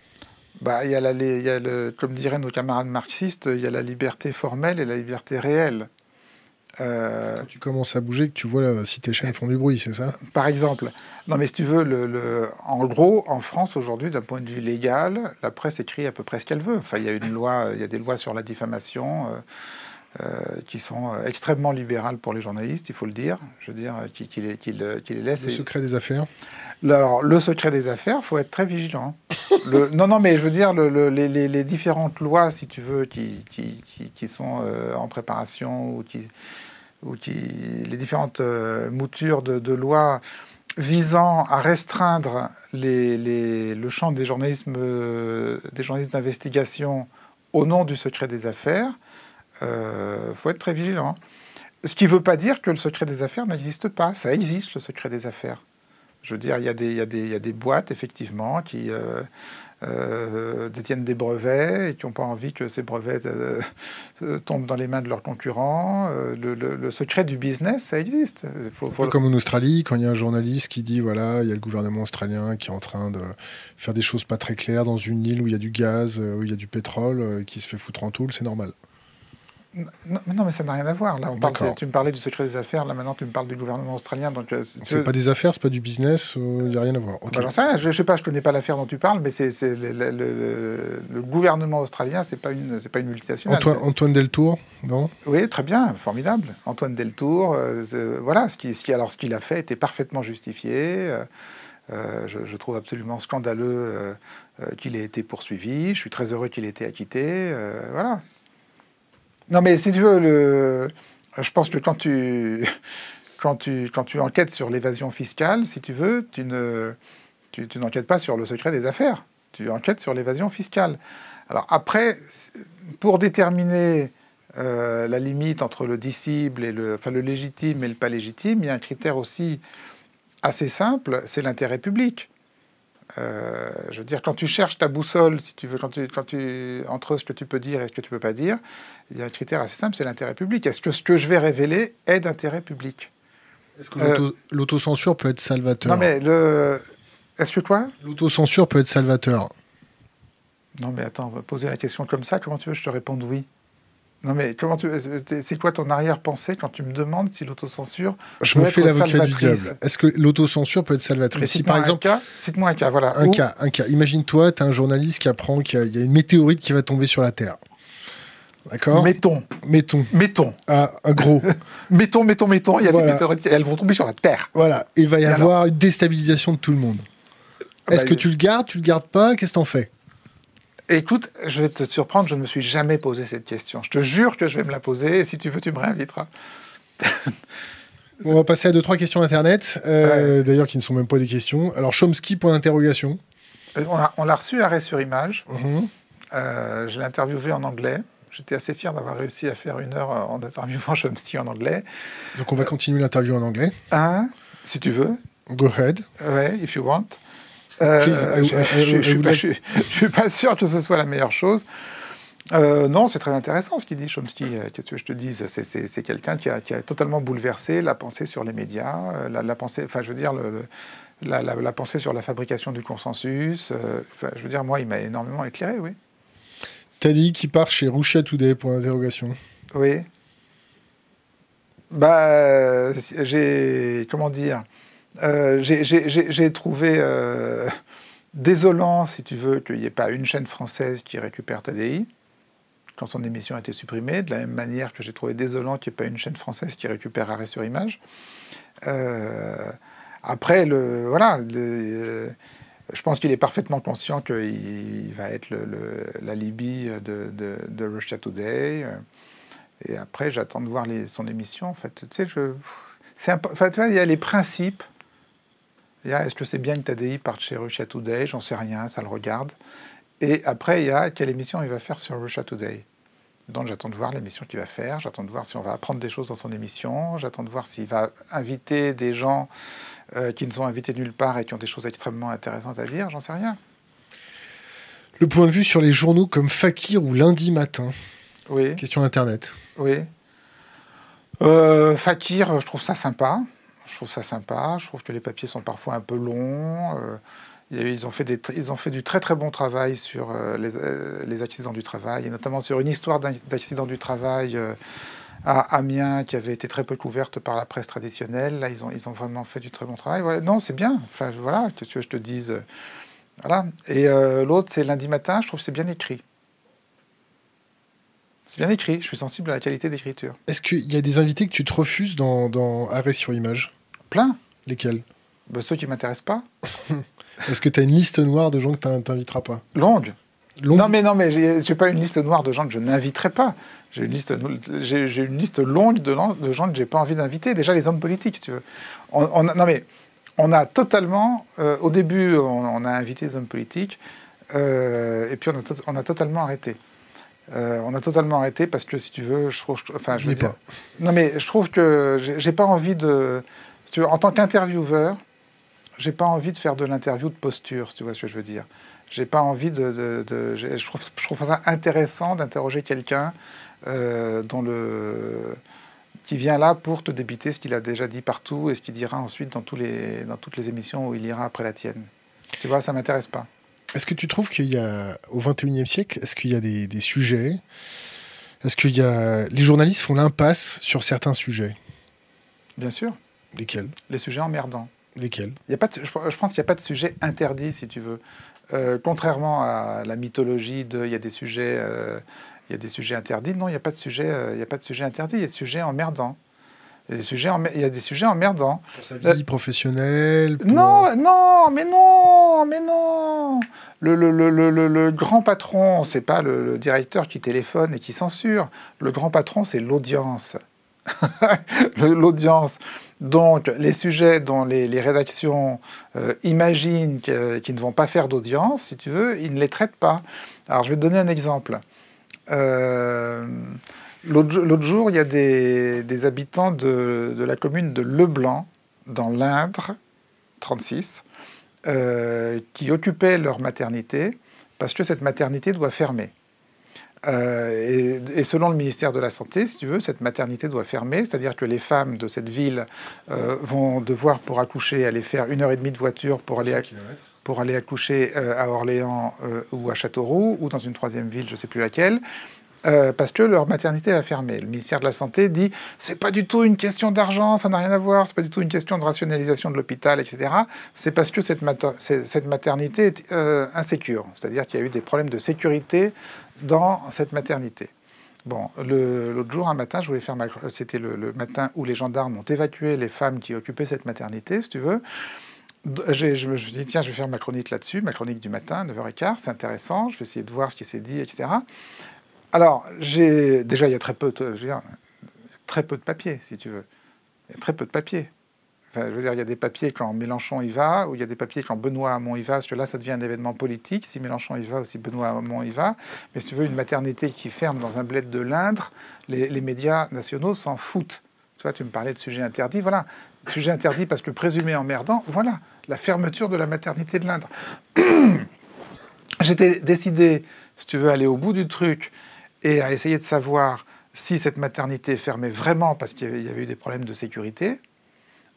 Comme diraient nos camarades marxistes, il y a la liberté formelle et la liberté réelle. Quand tu commences à bouger, que tu vois si tes chaînes font du bruit, c'est ça? Par exemple. Non, mais si tu veux, en gros, en France, aujourd'hui, d'un point de vue légal, la presse écrit à peu près ce qu'elle veut. Enfin, il y a des lois sur la diffamation qui sont extrêmement libérales pour les journalistes, il faut le dire. Je veux dire, qui les laissent... Le secret des affaires? Alors, le secret des affaires, il faut être très vigilant. Non, mais je veux dire, les différentes lois, si tu veux, qui sont en préparation, les différentes moutures de lois visant à restreindre le champ des journalistes d'investigation au nom du secret des affaires, faut être très vigilant. Ce qui ne veut pas dire que le secret des affaires n'existe pas. Ça existe, le secret des affaires. Je veux dire, il y a des boîtes, effectivement, qui détiennent des brevets et qui n'ont pas envie que ces brevets tombent dans les mains de leurs concurrents. Le secret du business, ça existe. Comme en Australie, quand il y a un journaliste qui dit, voilà, il y a le gouvernement australien qui est en train de faire des choses pas très claires dans une île où il y a du gaz, où il y a du pétrole, qui se fait foutre en tôle, c'est normal. Non, mais ça n'a rien à voir. Là, tu me parlais du secret des affaires. Là, maintenant, tu me parles du gouvernement australien. Donc, c'est pas des affaires, c'est pas du business. Il n'y a rien à voir. Okay. J'en sais rien. Je sais pas. Je connais pas l'affaire dont tu parles, mais c'est le gouvernement australien. C'est pas une multinationale. Antoine Deltour, non? Oui, très bien, formidable. Antoine Deltour. Voilà, ce qu'il a fait était parfaitement justifié. Je trouve absolument scandaleux qu'il ait été poursuivi. Je suis très heureux qu'il ait été acquitté. Voilà. Non, mais si tu veux, je pense que quand tu enquêtes sur l'évasion fiscale, si tu veux, tu n'enquêtes pas sur le secret des affaires. Tu enquêtes sur l'évasion fiscale. Alors après, pour déterminer la limite entre le disciple et le légitime et le pas légitime, il y a un critère aussi assez simple, c'est l'intérêt public. Je veux dire, quand tu cherches ta boussole, si tu veux, entre ce que tu peux dire et ce que tu peux pas dire, il y a un critère assez simple, c'est l'intérêt public. Est-ce que ce que je vais révéler est d'intérêt public? Est-ce que l'autocensure peut être salvateur? Non, mais est-ce que quoi? L'autocensure peut être salvateur. Non, mais attends, on va poser la question comme ça, comment tu veux que je te réponde oui? Non, mais c'est quoi ton arrière-pensée quand tu me demandes si l'autocensure Je me fais l'avocat du diable. Est-ce que l'autocensure peut être salvatrice? Si par exemple, cite-moi un cas, voilà. Un cas. Imagine-toi, tu as un journaliste qui apprend qu'il y a une météorite qui va tomber sur la Terre. D'accord? Mettons. Ah, un gros. mettons. Il y a des météorites, elles vont tomber sur la Terre. Voilà. Et il va y avoir une déstabilisation de tout le monde. Est-ce que tu le gardes pas? Qu'est-ce que t'en fais? Écoute, je vais te surprendre, je ne me suis jamais posé cette question. Je te jure que je vais me la poser, et si tu veux, tu me réinviteras. On va passer à 2-3 questions Internet, d'ailleurs qui ne sont même pas des questions. Alors, Chomsky, point d'interrogation. On l'a reçu arrêt sur image. Je l'ai interviewé en anglais. J'étais assez fier d'avoir réussi à faire 1 heure en interviewant Chomsky en anglais. Donc, on va continuer l'interview en anglais. Si tu veux. Go ahead. Ouais, if you want. Je suis pas sûr que ce soit la meilleure chose. Non, c'est très intéressant ce qu'il dit, Chomsky. Qu'est-ce que je te dise? C'est quelqu'un qui a totalement bouleversé la pensée sur les médias, la pensée. Enfin, je veux dire, la pensée sur la fabrication du consensus. Je veux dire, moi, il m'a énormément éclairé, oui. Tadi qui part chez Russia Today, point d'interrogation. Oui. Bah, comment dire, j'ai trouvé désolant, si tu veux, qu'il n'y ait pas une chaîne française qui récupère TDI quand son émission a été supprimée, de la même manière que j'ai trouvé désolant qu'il n'y ait pas une chaîne française qui récupère Arrêt sur Image. Après, je pense qu'il est parfaitement conscient qu'il va être la Libye de Russia Today. Et après, j'attends de voir son émission. En fait, tu sais, il y a les principes. Est-ce que c'est bien que TDI parte chez Russia Today? J'en sais rien, ça le regarde. Et après, il y a quelle émission il va faire sur Russia Today. Donc j'attends de voir l'émission qu'il va faire, j'attends de voir si on va apprendre des choses dans son émission, j'attends de voir s'il va inviter des gens qui ne sont invités nulle part et qui ont des choses extrêmement intéressantes à dire, j'en sais rien. Le point de vue sur les journaux comme Fakir ou Lundi Matin. Oui. Question Internet. Oui. Fakir, je trouve ça sympa. Je trouve que les papiers sont parfois un peu longs. Ils ont fait du très très bon travail sur les accidents du travail, et notamment sur une histoire d'accident du travail à Amiens qui avait été très peu couverte par la presse traditionnelle. Là, ils ont vraiment fait du très bon travail. Ouais, non, c'est bien. Enfin, voilà, qu'est-ce que je te dise. Voilà. Et l'autre, c'est Lundi Matin. Je trouve que c'est bien écrit. C'est bien écrit. Je suis sensible à la qualité d'écriture. Est-ce qu'il y a des invités que tu te refuses dans Arrêt sur Image? Plein. Lesquels? Ceux qui m'intéressent pas. Est-ce que tu as une liste noire de gens que tu n'inviteras pas? Longue. Non, mais j'ai pas une liste noire de gens que je n'inviterai pas. J'ai une liste longue de gens que j'ai pas envie d'inviter. Déjà, les hommes politiques, si tu veux. On a totalement... au début, on a invité les hommes politiques, et puis on a totalement arrêté. On a totalement arrêté parce que, si tu veux, je trouve que j'ai pas envie de... Si tu veux, en tant qu'intervieweur, j'ai pas envie de faire de l'interview de posture, si tu vois ce que je veux dire. J'ai pas envie je trouve ça intéressant d'interroger quelqu'un qui vient là pour te débiter ce qu'il a déjà dit partout et ce qu'il dira ensuite dans toutes les émissions où il ira après la tienne. Tu vois, ça m'intéresse pas. Est-ce que tu trouves qu'il y a, au XXIe siècle, est-ce qu'il y a des sujets? Est-ce qu'il y a... Les journalistes font l'impasse sur certains sujets? Bien sûr. Lesquels? Les sujets emmerdants. Lesquels? Je pense qu'il n'y a pas de sujet interdit, si tu veux. Contrairement à la mythologie il y a des sujets interdits. Non, il n'y a pas de sujet interdit. Il y a des sujets emmerdants. Il y a des sujets emmerdants. Pour sa vie professionnelle. Non. Le grand patron, c'est pas le directeur qui téléphone et qui censure. Le grand patron, c'est l'audience. L'audience. Donc, les sujets dont les rédactions imaginent qu'ils ne vont pas faire d'audience, si tu veux, ils ne les traitent pas. Alors, je vais te donner un exemple. L'autre jour, il y a des habitants de la commune de Leblanc, dans l'Indre, 36, qui occupaient leur maternité parce que cette maternité doit fermer. Et selon le ministère de la Santé, si tu veux, cette maternité doit fermer, c'est-à-dire que les femmes de cette ville vont devoir, pour accoucher, aller faire 1h30 de voiture pour aller accoucher à Orléans ou à Châteauroux, ou dans une troisième ville, je ne sais plus laquelle, parce que leur maternité a fermé. Le ministère de la Santé dit « c'est pas du tout une question d'argent, ça n'a rien à voir, c'est pas du tout une question de rationalisation de l'hôpital, etc. C'est parce que cette maternité est insécure. » C'est-à-dire qu'il y a eu des problèmes de sécurité dans cette maternité. Bon, l'autre jour, un matin, c'était le matin où les gendarmes ont évacué les femmes qui occupaient cette maternité, si tu veux. Je me suis dit, tiens, je vais faire ma chronique là-dessus, ma chronique du matin, 9h15, c'est intéressant, je vais essayer de voir ce qui s'est dit, etc. Alors, déjà, il y a très peu de papier, si tu veux. Il y a très peu de papier. Enfin, je veux dire, il y a des papiers quand Mélenchon y va, ou il y a des papiers quand Benoît Hamon y va, parce que là, ça devient un événement politique. Si Mélenchon y va, aussi Benoît Hamon y va. Mais si tu veux, une maternité qui ferme dans un bled de l'Indre, les médias nationaux s'en foutent. Tu vois, tu me parlais de sujets interdits, voilà. Sujet interdit parce que présumé emmerdant, voilà. La fermeture de la maternité de l'Indre. J'étais décidé, si tu veux, aller au bout du truc et à essayer de savoir si cette maternité fermait vraiment parce qu'il y avait eu des problèmes de sécurité.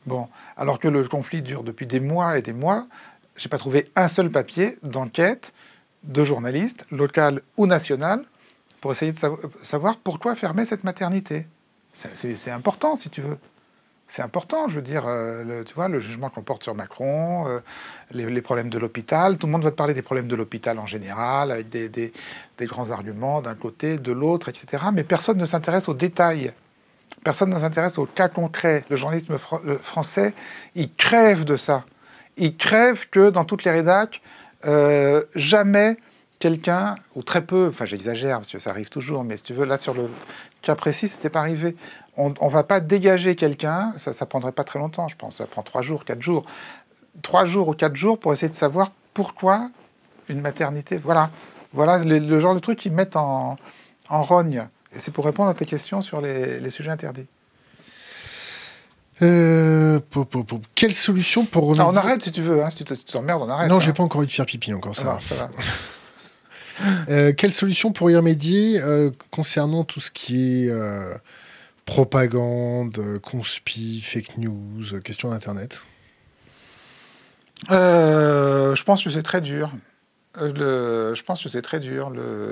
Bon, alors que le conflit dure depuis des mois et des mois, j'ai pas trouvé un seul papier d'enquête de journalistes, local ou national, pour essayer de savoir pourquoi fermer cette maternité. C'est important, si tu veux. C'est important, je veux dire, tu vois, le jugement qu'on porte sur Macron, les problèmes de l'hôpital. Tout le monde va te parler des problèmes de l'hôpital en général, avec des grands arguments d'un côté, de l'autre, etc. Mais personne ne s'intéresse aux détails. Personne ne s'intéresse au cas concret. Le journalisme français, il crève de ça. Il crève que dans toutes les rédacs, jamais quelqu'un, ou très peu, enfin j'exagère parce que ça arrive toujours, mais si tu veux, là sur le cas précis, c'était pas arrivé. On ne va pas dégager quelqu'un, ça prendrait pas très longtemps, je pense. Ça prend 3 jours, 4 jours. 3 jours ou 4 jours pour essayer de savoir pourquoi une maternité. Voilà le genre de truc qu'ils mettent en rogne. Et c'est pour répondre à tes questions sur les sujets interdits. Quelle solution pour remédier... on arrête si tu veux, hein, si tu t'emmerdes, on arrête. Non, hein. j'ai pas encore envie de faire pipi encore, ça. Non, ça va. Quelle solution pour y remédier concernant tout ce qui est propagande, conspi, fake news, question d'Internet? Je pense que c'est très dur. Je pense que c'est très dur.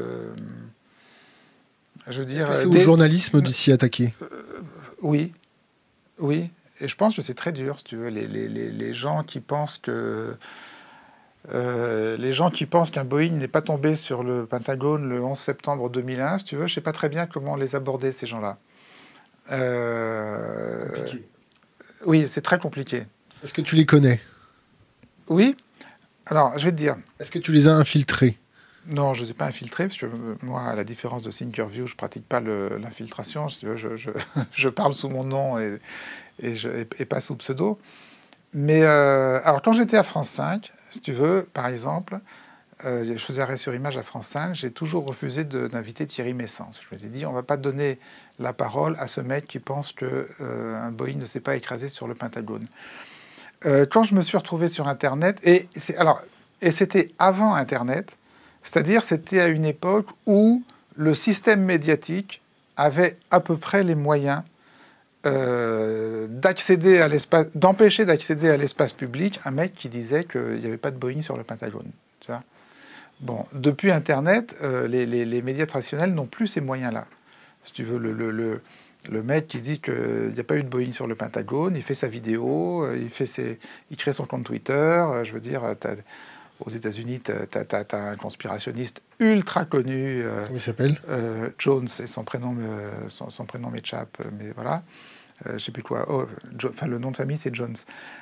Je veux dire, est-ce que c'est au journalisme de s'y attaquer? Oui. Et je pense que c'est très dur, si tu veux. Les gens qui pensent que... les gens qui pensent qu'un Boeing n'est pas tombé sur le Pentagone le 11 septembre 2001, si tu veux, je ne sais pas très bien comment les aborder, ces gens-là. Oui, c'est très compliqué. Est-ce que tu les connais? Oui. Alors, je vais te dire. Est-ce que tu les as infiltrés? Non, je ne les ai pas infiltrés, parce que moi, à la différence de Thinkerview, je ne pratique pas l'infiltration. Si tu veux, je parle sous mon nom et pas sous pseudo. Mais alors, quand j'étais à France 5, si tu veux, par exemple, je faisais arrêt sur image à France 5, j'ai toujours refusé d'inviter Thierry Messens. Je me suis dit, on ne va pas donner la parole à ce mec qui pense qu'un Boeing ne s'est pas écrasé sur le Pentagone. Quand je me suis retrouvé sur Internet, et c'était avant Internet, c'est-à-dire c'était à une époque où le système médiatique avait à peu près les moyens d'empêcher d'accéder à l'espace public un mec qui disait qu'il n'y avait pas de Boeing sur le Pentagone. Tu vois, bon, depuis Internet, les médias traditionnels n'ont plus ces moyens-là. Si tu veux, le mec qui dit qu'il n'y a pas eu de Boeing sur le Pentagone, il fait sa vidéo, il crée son compte Twitter. Je veux dire, aux États-Unis, t'as un conspirationniste ultra connu. Comment il s'appelle? Jones, et son prénom m'échappe, mais voilà. Je sais plus quoi. Le nom de famille, c'est Jones.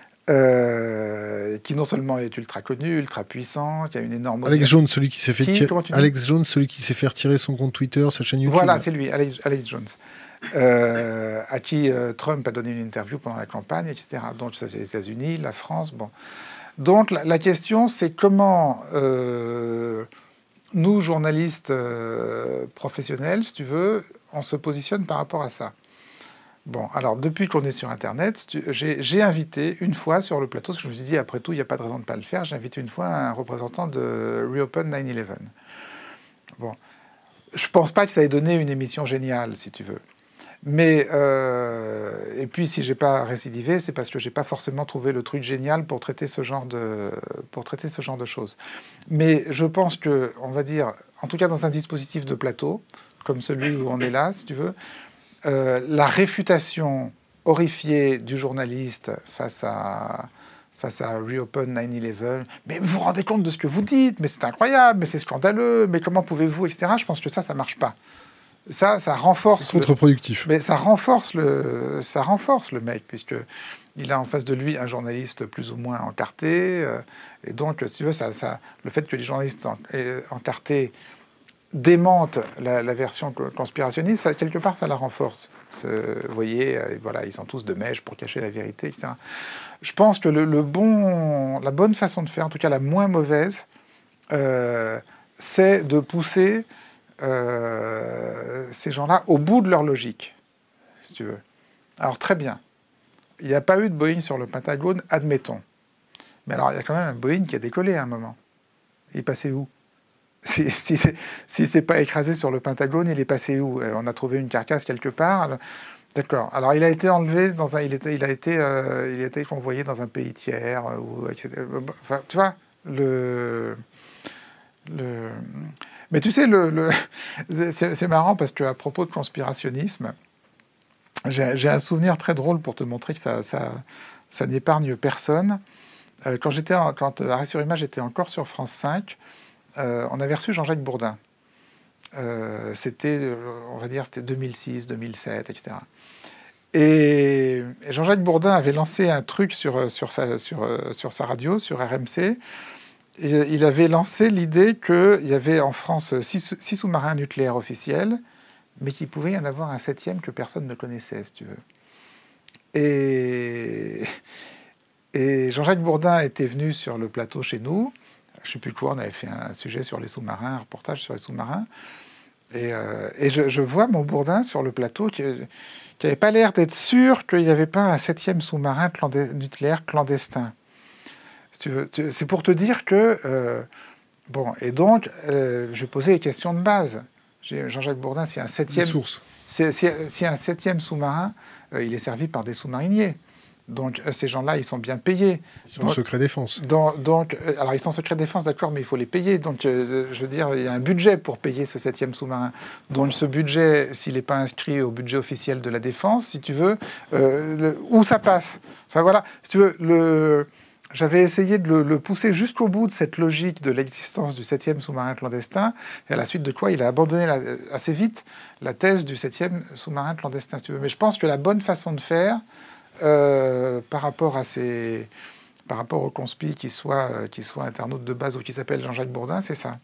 Qui non seulement est ultra connu, ultra puissant, qui a une énorme... Alex Jones, celui qui s'est fait tirer... Alex Jones, celui qui s'est fait retirer son compte Twitter, sa chaîne YouTube. Voilà, c'est lui, Alex Jones. À qui Trump a donné une interview pendant la campagne, etc. Donc, ça, c'est les États-Unis, la France, bon... Donc la question, c'est comment nous, journalistes professionnels, si tu veux, on se positionne par rapport à ça. Bon, alors depuis qu'on est sur Internet, j'ai invité une fois sur le plateau, parce que je me suis dit, après tout, il n'y a pas de raison de ne pas le faire, j'ai invité une fois un représentant de Reopen 9/11. Bon, je ne pense pas que ça ait donné une émission géniale, si tu veux. Mais, et puis si j'ai pas récidivé, c'est parce que j'ai pas forcément trouvé le truc génial pour traiter ce genre de choses. Mais je pense que, on va dire, en tout cas dans un dispositif de plateau, comme celui où on est là, si tu veux, la réfutation horrifiée du journaliste face à Reopen 9/11, mais vous vous rendez compte de ce que vous dites, mais c'est incroyable, mais c'est scandaleux, mais comment pouvez-vous, etc. Je pense que ça marche pas. Ça renforce... C'est contre-productif. Mais ça renforce le mec, puisque il a en face de lui un journaliste plus ou moins encarté. Et donc, si tu veux, le fait que les journalistes encartés démentent la version conspirationniste, quelque part, ça la renforce. Vous voyez, voilà, ils sont tous de mèche pour cacher la vérité, etc. Je pense que la bonne façon de faire, en tout cas la moins mauvaise, c'est de pousser... ces gens-là au bout de leur logique, si tu veux. Alors très bien, il n'y a pas eu de Boeing sur le Pentagone, admettons. Mais alors il y a quand même un Boeing qui a décollé à un moment. Il est passé où? Si c'est pas écrasé sur le Pentagone, il est passé où? On a trouvé une carcasse quelque part. D'accord. Alors, il a été enlevé dans un... il a été envoyé dans un pays tiers, etc. Enfin, tu vois, Mais tu sais, c'est marrant parce qu'à propos de conspirationnisme, j'ai un souvenir très drôle pour te montrer que ça n'épargne personne. Quand Arrêt sur Image était encore sur France 5, on avait reçu Jean-Jacques Bourdin. C'était, on va dire, c'était 2006, 2007, etc. Et Jean-Jacques Bourdin avait lancé un truc sur sa radio, sur RMC. Et il avait lancé l'idée qu'il y avait en France 6 sous-marins nucléaires officiels, mais qu'il pouvait y en avoir un 7e que personne ne connaissait, si tu veux. Et Jean-Jacques Bourdin était venu sur le plateau chez nous. Je ne sais plus quoi, on avait fait un sujet sur les sous-marins, un reportage sur les sous-marins. Et je vois mon Bourdin sur le plateau qui n'avait pas l'air d'être sûr qu'il n'y avait pas un 7e sous-marin nucléaire clandestin. Si tu veux, c'est pour te dire que... bon, et donc, je vais poser les questions de base. Jean-Jacques Bourdin, si un 7e... source. Si un 7e sous-marin, il est servi par des sous-mariniers. Donc, ces gens-là, ils sont bien payés. Ils sont en secret défense. Alors, ils sont en secret défense, d'accord, mais il faut les payer. Donc, je veux dire, il y a un budget pour payer ce 7e sous-marin. Donc, ce budget, s'il n'est pas inscrit au budget officiel de la défense, si tu veux, où ça passe? Enfin, voilà. Si tu veux, j'avais essayé de le pousser jusqu'au bout de cette logique de l'existence du 7e sous-marin clandestin, et à la suite de quoi il a abandonné assez vite la thèse du 7e sous-marin clandestin, si tu veux. Mais je pense que la bonne façon de faire, par rapport au conspi qui soit internaute de base ou qui s'appelle Jean-Jacques Bourdin, c'est ça.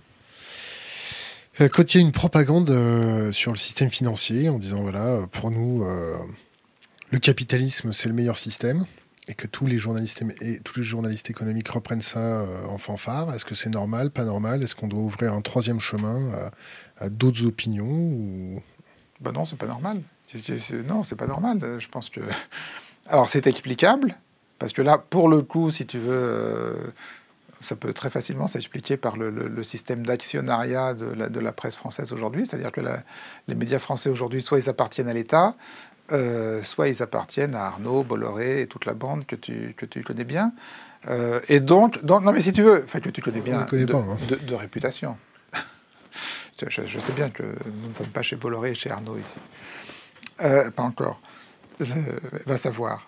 Quand il y a une propagande sur le système financier en disant voilà, pour nous, le capitalisme c'est le meilleur système, et que tous les journalistes économiques reprennent ça en fanfare, est-ce que c'est normal, pas normal? Est-ce qu'on doit ouvrir un 3e chemin à d'autres opinions ou... Ben non, c'est pas normal. Non, c'est pas normal. Je pense que... Alors, c'est explicable, parce que là, pour le coup, si tu veux, ça peut très facilement s'expliquer par le système d'actionnariat de la presse française aujourd'hui. C'est-à-dire que les médias français aujourd'hui, soit ils appartiennent à l'État, soit ils appartiennent à Arnaud, Bolloré et toute la bande que tu connais bien. Et donc, non, mais si tu veux, enfin, que tu connais bien, de réputation. Je sais bien que nous ne sommes pas chez Bolloré et chez Arnaud ici. Pas encore. Va savoir.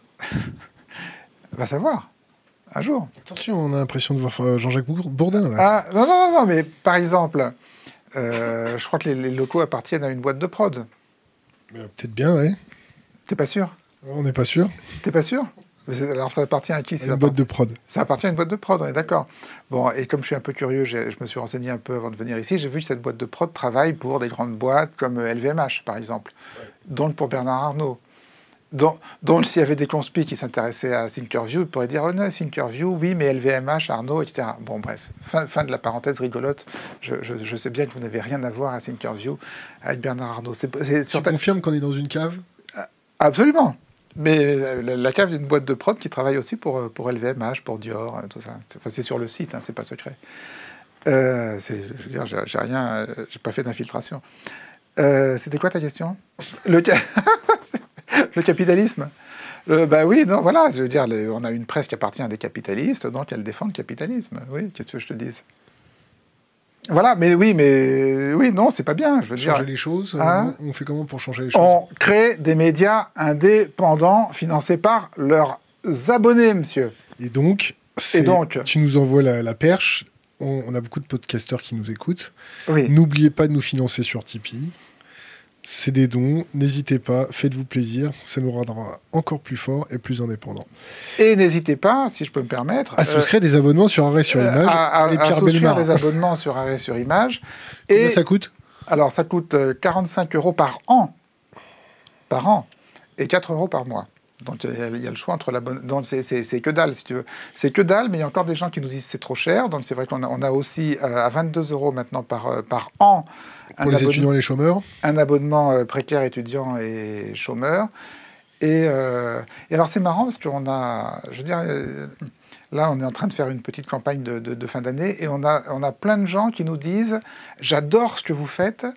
Va savoir. Un jour. Attention, on a l'impression de voir Jean-Jacques Bourdin, là. Ah, non, mais par exemple, je crois que les locaux appartiennent à une boîte de prod. Peut-être bien, ouais. T'es pas sûr? On n'est pas sûr. T'es pas sûr? Alors ça appartient à qui? Une boîte de prod. Ça appartient à une boîte de prod, on est d'accord. Bon, et comme je suis un peu curieux, je me suis renseigné un peu avant de venir ici, j'ai vu que cette boîte de prod travaille pour des grandes boîtes comme LVMH, par exemple. Donc pour Bernard Arnault. Donc s'il y avait des conspis qui s'intéressaient à Thinkerview, ils pourraient dire « Oh non, Thinkerview, oui, mais LVMH, Arnault, etc. » Bon, bref, fin de la parenthèse rigolote. Je sais bien que vous n'avez rien à voir à Thinkerview avec Bernard Arnault. Tu confirmes qu'on est dans une cave? Absolument. Mais la cave d'une boîte de prod qui travaille aussi pour LVMH, pour Dior, tout ça. C'est sur le site, hein, c'est pas secret. Je veux dire, j'ai pas fait d'infiltration. C'était quoi ta question? Le capitalisme. Bah oui, non, voilà, je veux dire, on a une presse qui appartient à des capitalistes, donc elle défend le capitalisme. Oui, qu'est-ce que je te dise? Voilà, mais oui, non, c'est pas bien. Je veux changer les choses. Hein? On fait comment pour changer les choses? On crée des médias indépendants financés par leurs abonnés, monsieur. Et donc, tu nous envoies la perche. On a beaucoup de podcasteurs qui nous écoutent. Oui. N'oubliez pas de nous financer sur Tipeee. C'est des dons. N'hésitez pas. Faites-vous plaisir. Ça nous rendra encore plus forts et plus indépendants. Et n'hésitez pas, si je peux me permettre... à souscrire des abonnements sur Arrêt sur Image. À souscrire des abonnements sur Arrêt sur Image. Combien ça coûte? Alors, ça coûte 45 € par an. Par an. Et 4 € par mois. Donc, il y a le choix entre l'abonnement... Donc, c'est que dalle, si tu veux. C'est que dalle, mais il y a encore des gens qui nous disent que c'est trop cher. Donc, c'est vrai qu'on a aussi à 22 € maintenant par an... Pour les étudiants et les chômeurs. Un abonnement précaire étudiant et chômeur. Et alors, c'est marrant parce qu'on a... Je veux dire, là, on est en train de faire une petite campagne de fin d'année et on a plein de gens qui nous disent « J'adore ce que vous faites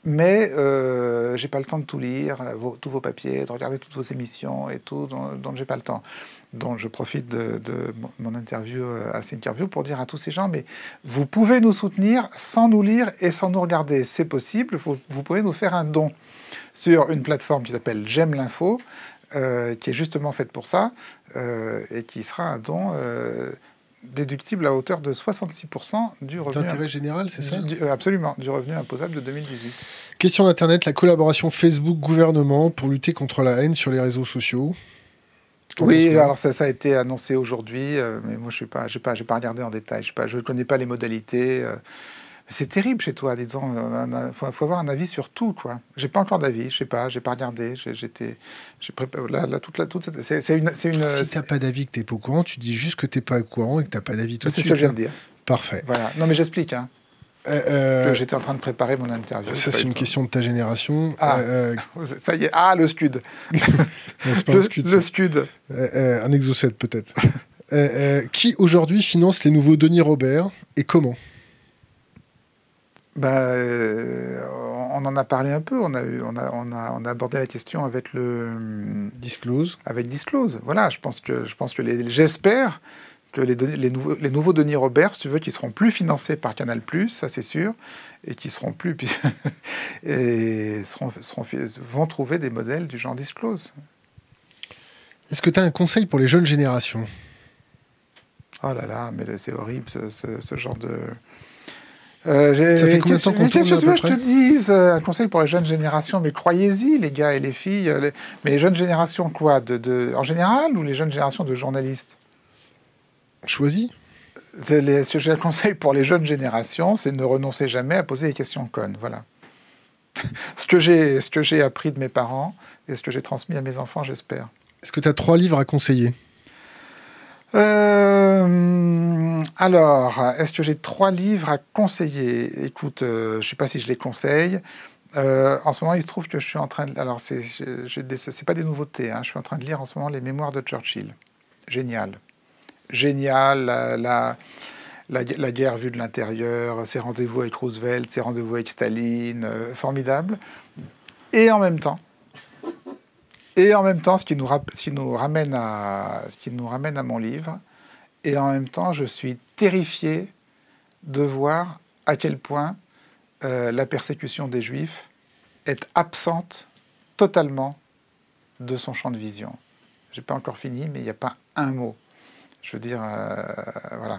Mais j'ai pas le temps de tout lire, tous vos papiers, de regarder toutes vos émissions et tout, dont j'ai pas le temps. Donc je profite de mon interview à Thinkerview pour dire à tous ces gens, mais vous pouvez nous soutenir sans nous lire et sans nous regarder. C'est possible, vous pouvez nous faire un don sur une plateforme qui s'appelle J'aime l'info, qui est justement faite pour ça, et qui sera un don déductible à hauteur de 66% du revenu. D'intérêt général, c'est ça ? Absolument, du revenu imposable de 2018. Question d'Internet, la collaboration Facebook-gouvernement pour lutter contre la haine sur les réseaux sociaux. Oui, alors ça a été annoncé aujourd'hui, mais moi j'ai pas regardé en détail. Je ne connais pas les modalités. C'est terrible chez toi, dis donc. Faut avoir un avis sur tout, quoi. J'ai pas encore d'avis, je sais pas, j'ai pas regardé. J'ai préparé c'est une. Si t'as pas d'avis, que t'es pas au courant, tu dis juste que t'es pas au courant et que t'as pas d'avis tout de suite. C'est ce que je viens de dire. Parfait. Voilà. Non, mais j'explique. Hein. J'étais en train de préparer mon interview. Ça, c'est une question de ta génération. Ça y est. Ah, le Scud. Non, c'est pas un Scud. Le Scud. Un Exocet, peut-être. Qui aujourd'hui finance les nouveaux Denis Robert et comment ? On en a parlé un peu. On a abordé la question avec le Disclose. Avec Disclose. Voilà. Je pense que j'espère que les nouveaux Denis Robert, si tu veux, qui seront plus financés par Canal+, ça c'est sûr, et qui seront plus vont trouver des modèles du genre Disclose. Est-ce que tu as un conseil pour les jeunes générations ? Oh là là, mais c'est horrible ce genre de. Ça fait combien de temps qu'on tourne à peu près ? Je te dise un conseil pour les jeunes générations, mais croyez-y, les gars et les filles. Mais les jeunes générations quoi en général, ou les jeunes générations de journalistes ? Choisis. Ce que j'ai un conseil pour les jeunes générations, c'est ne renoncer jamais à poser des questions connes. Voilà. ce que j'ai appris de mes parents et ce que j'ai transmis à mes enfants, j'espère. Est-ce que tu as 3 livres à conseiller ? Alors, est-ce que j'ai 3 livres à conseiller ? Écoute, je ne sais pas si je les conseille. En ce moment, il se trouve que je suis en train de... Alors, c'est pas des nouveautés. Hein. Je suis en train de lire en ce moment les mémoires de Churchill. Génial. Génial. La guerre vue de l'intérieur, ses rendez-vous avec Roosevelt, ses rendez-vous avec Staline. Formidable. Et en même temps, ce qui nous ramène à mon livre, et en même temps, je suis terrifié de voir à quel point la persécution des Juifs est absente totalement de son champ de vision. J'ai pas encore fini, mais il n'y a pas un mot. Je veux dire, voilà.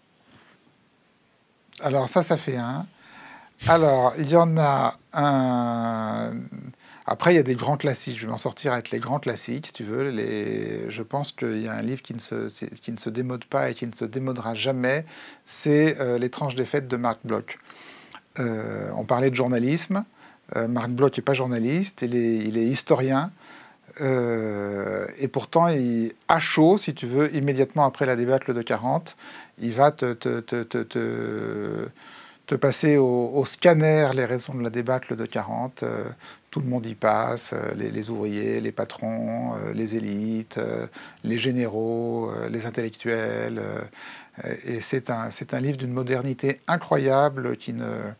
Alors ça fait un. Alors, il y en a un... Après, il y a des grands classiques. Je vais m'en sortir avec les grands classiques, si tu veux. Je pense qu'il y a un livre qui ne se démode pas et qui ne se démodera jamais. C'est L'étrange défaite de Marc Bloch. On parlait de journalisme. Marc Bloch n'est pas journaliste. Il est historien. Et pourtant, à chaud, si tu veux, immédiatement après la débâcle de 40, il va te passer au scanner les raisons de la débâcle de 40. Tout le monde y passe, les ouvriers, les patrons, les élites, les généraux, les intellectuels. Et c'est un livre d'une modernité incroyable qui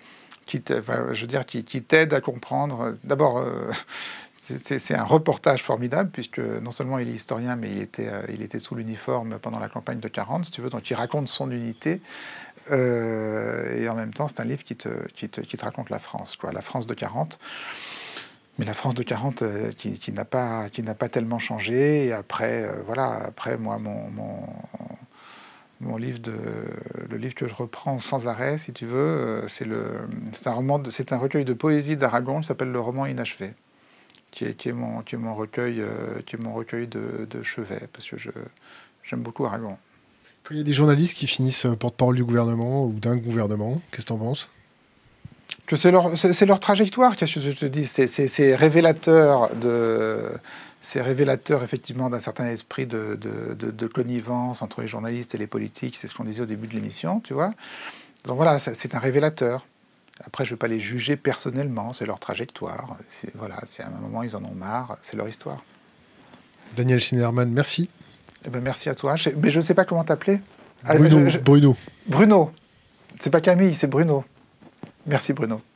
t'aide à comprendre. D'abord, c'est un reportage formidable, puisque non seulement il est historien, mais il était sous l'uniforme pendant la campagne de 40, si tu veux, donc il raconte son unité. Et en même temps, c'est un livre qui te raconte la France, quoi, la France de 40. Mais la France de 40 qui n'a pas tellement changé. Et après, moi, mon livre le livre que je reprends sans arrêt, si tu veux, c'est un recueil de poésie d'Aragon qui s'appelle Le roman inachevé, qui est mon recueil de chevet, parce que j'aime beaucoup Aragon. Quand il y a des journalistes qui finissent porte-parole du gouvernement ou d'un gouvernement, qu'est-ce que tu en penses ? Que c'est leur trajectoire, qu'est-ce que je te dis, c'est révélateur effectivement d'un certain esprit de connivence entre les journalistes et les politiques, c'est ce qu'on disait au début de l'émission, tu vois. Donc voilà, c'est un révélateur. Après, je ne veux pas les juger personnellement, c'est leur trajectoire. C'est à un moment, ils en ont marre, c'est leur histoire. Daniel Schneiderman, merci. Eh ben, merci à toi. Mais je ne sais pas comment t'appeler. Bruno. Bruno. C'est pas Camille, c'est Bruno. Merci Bruno.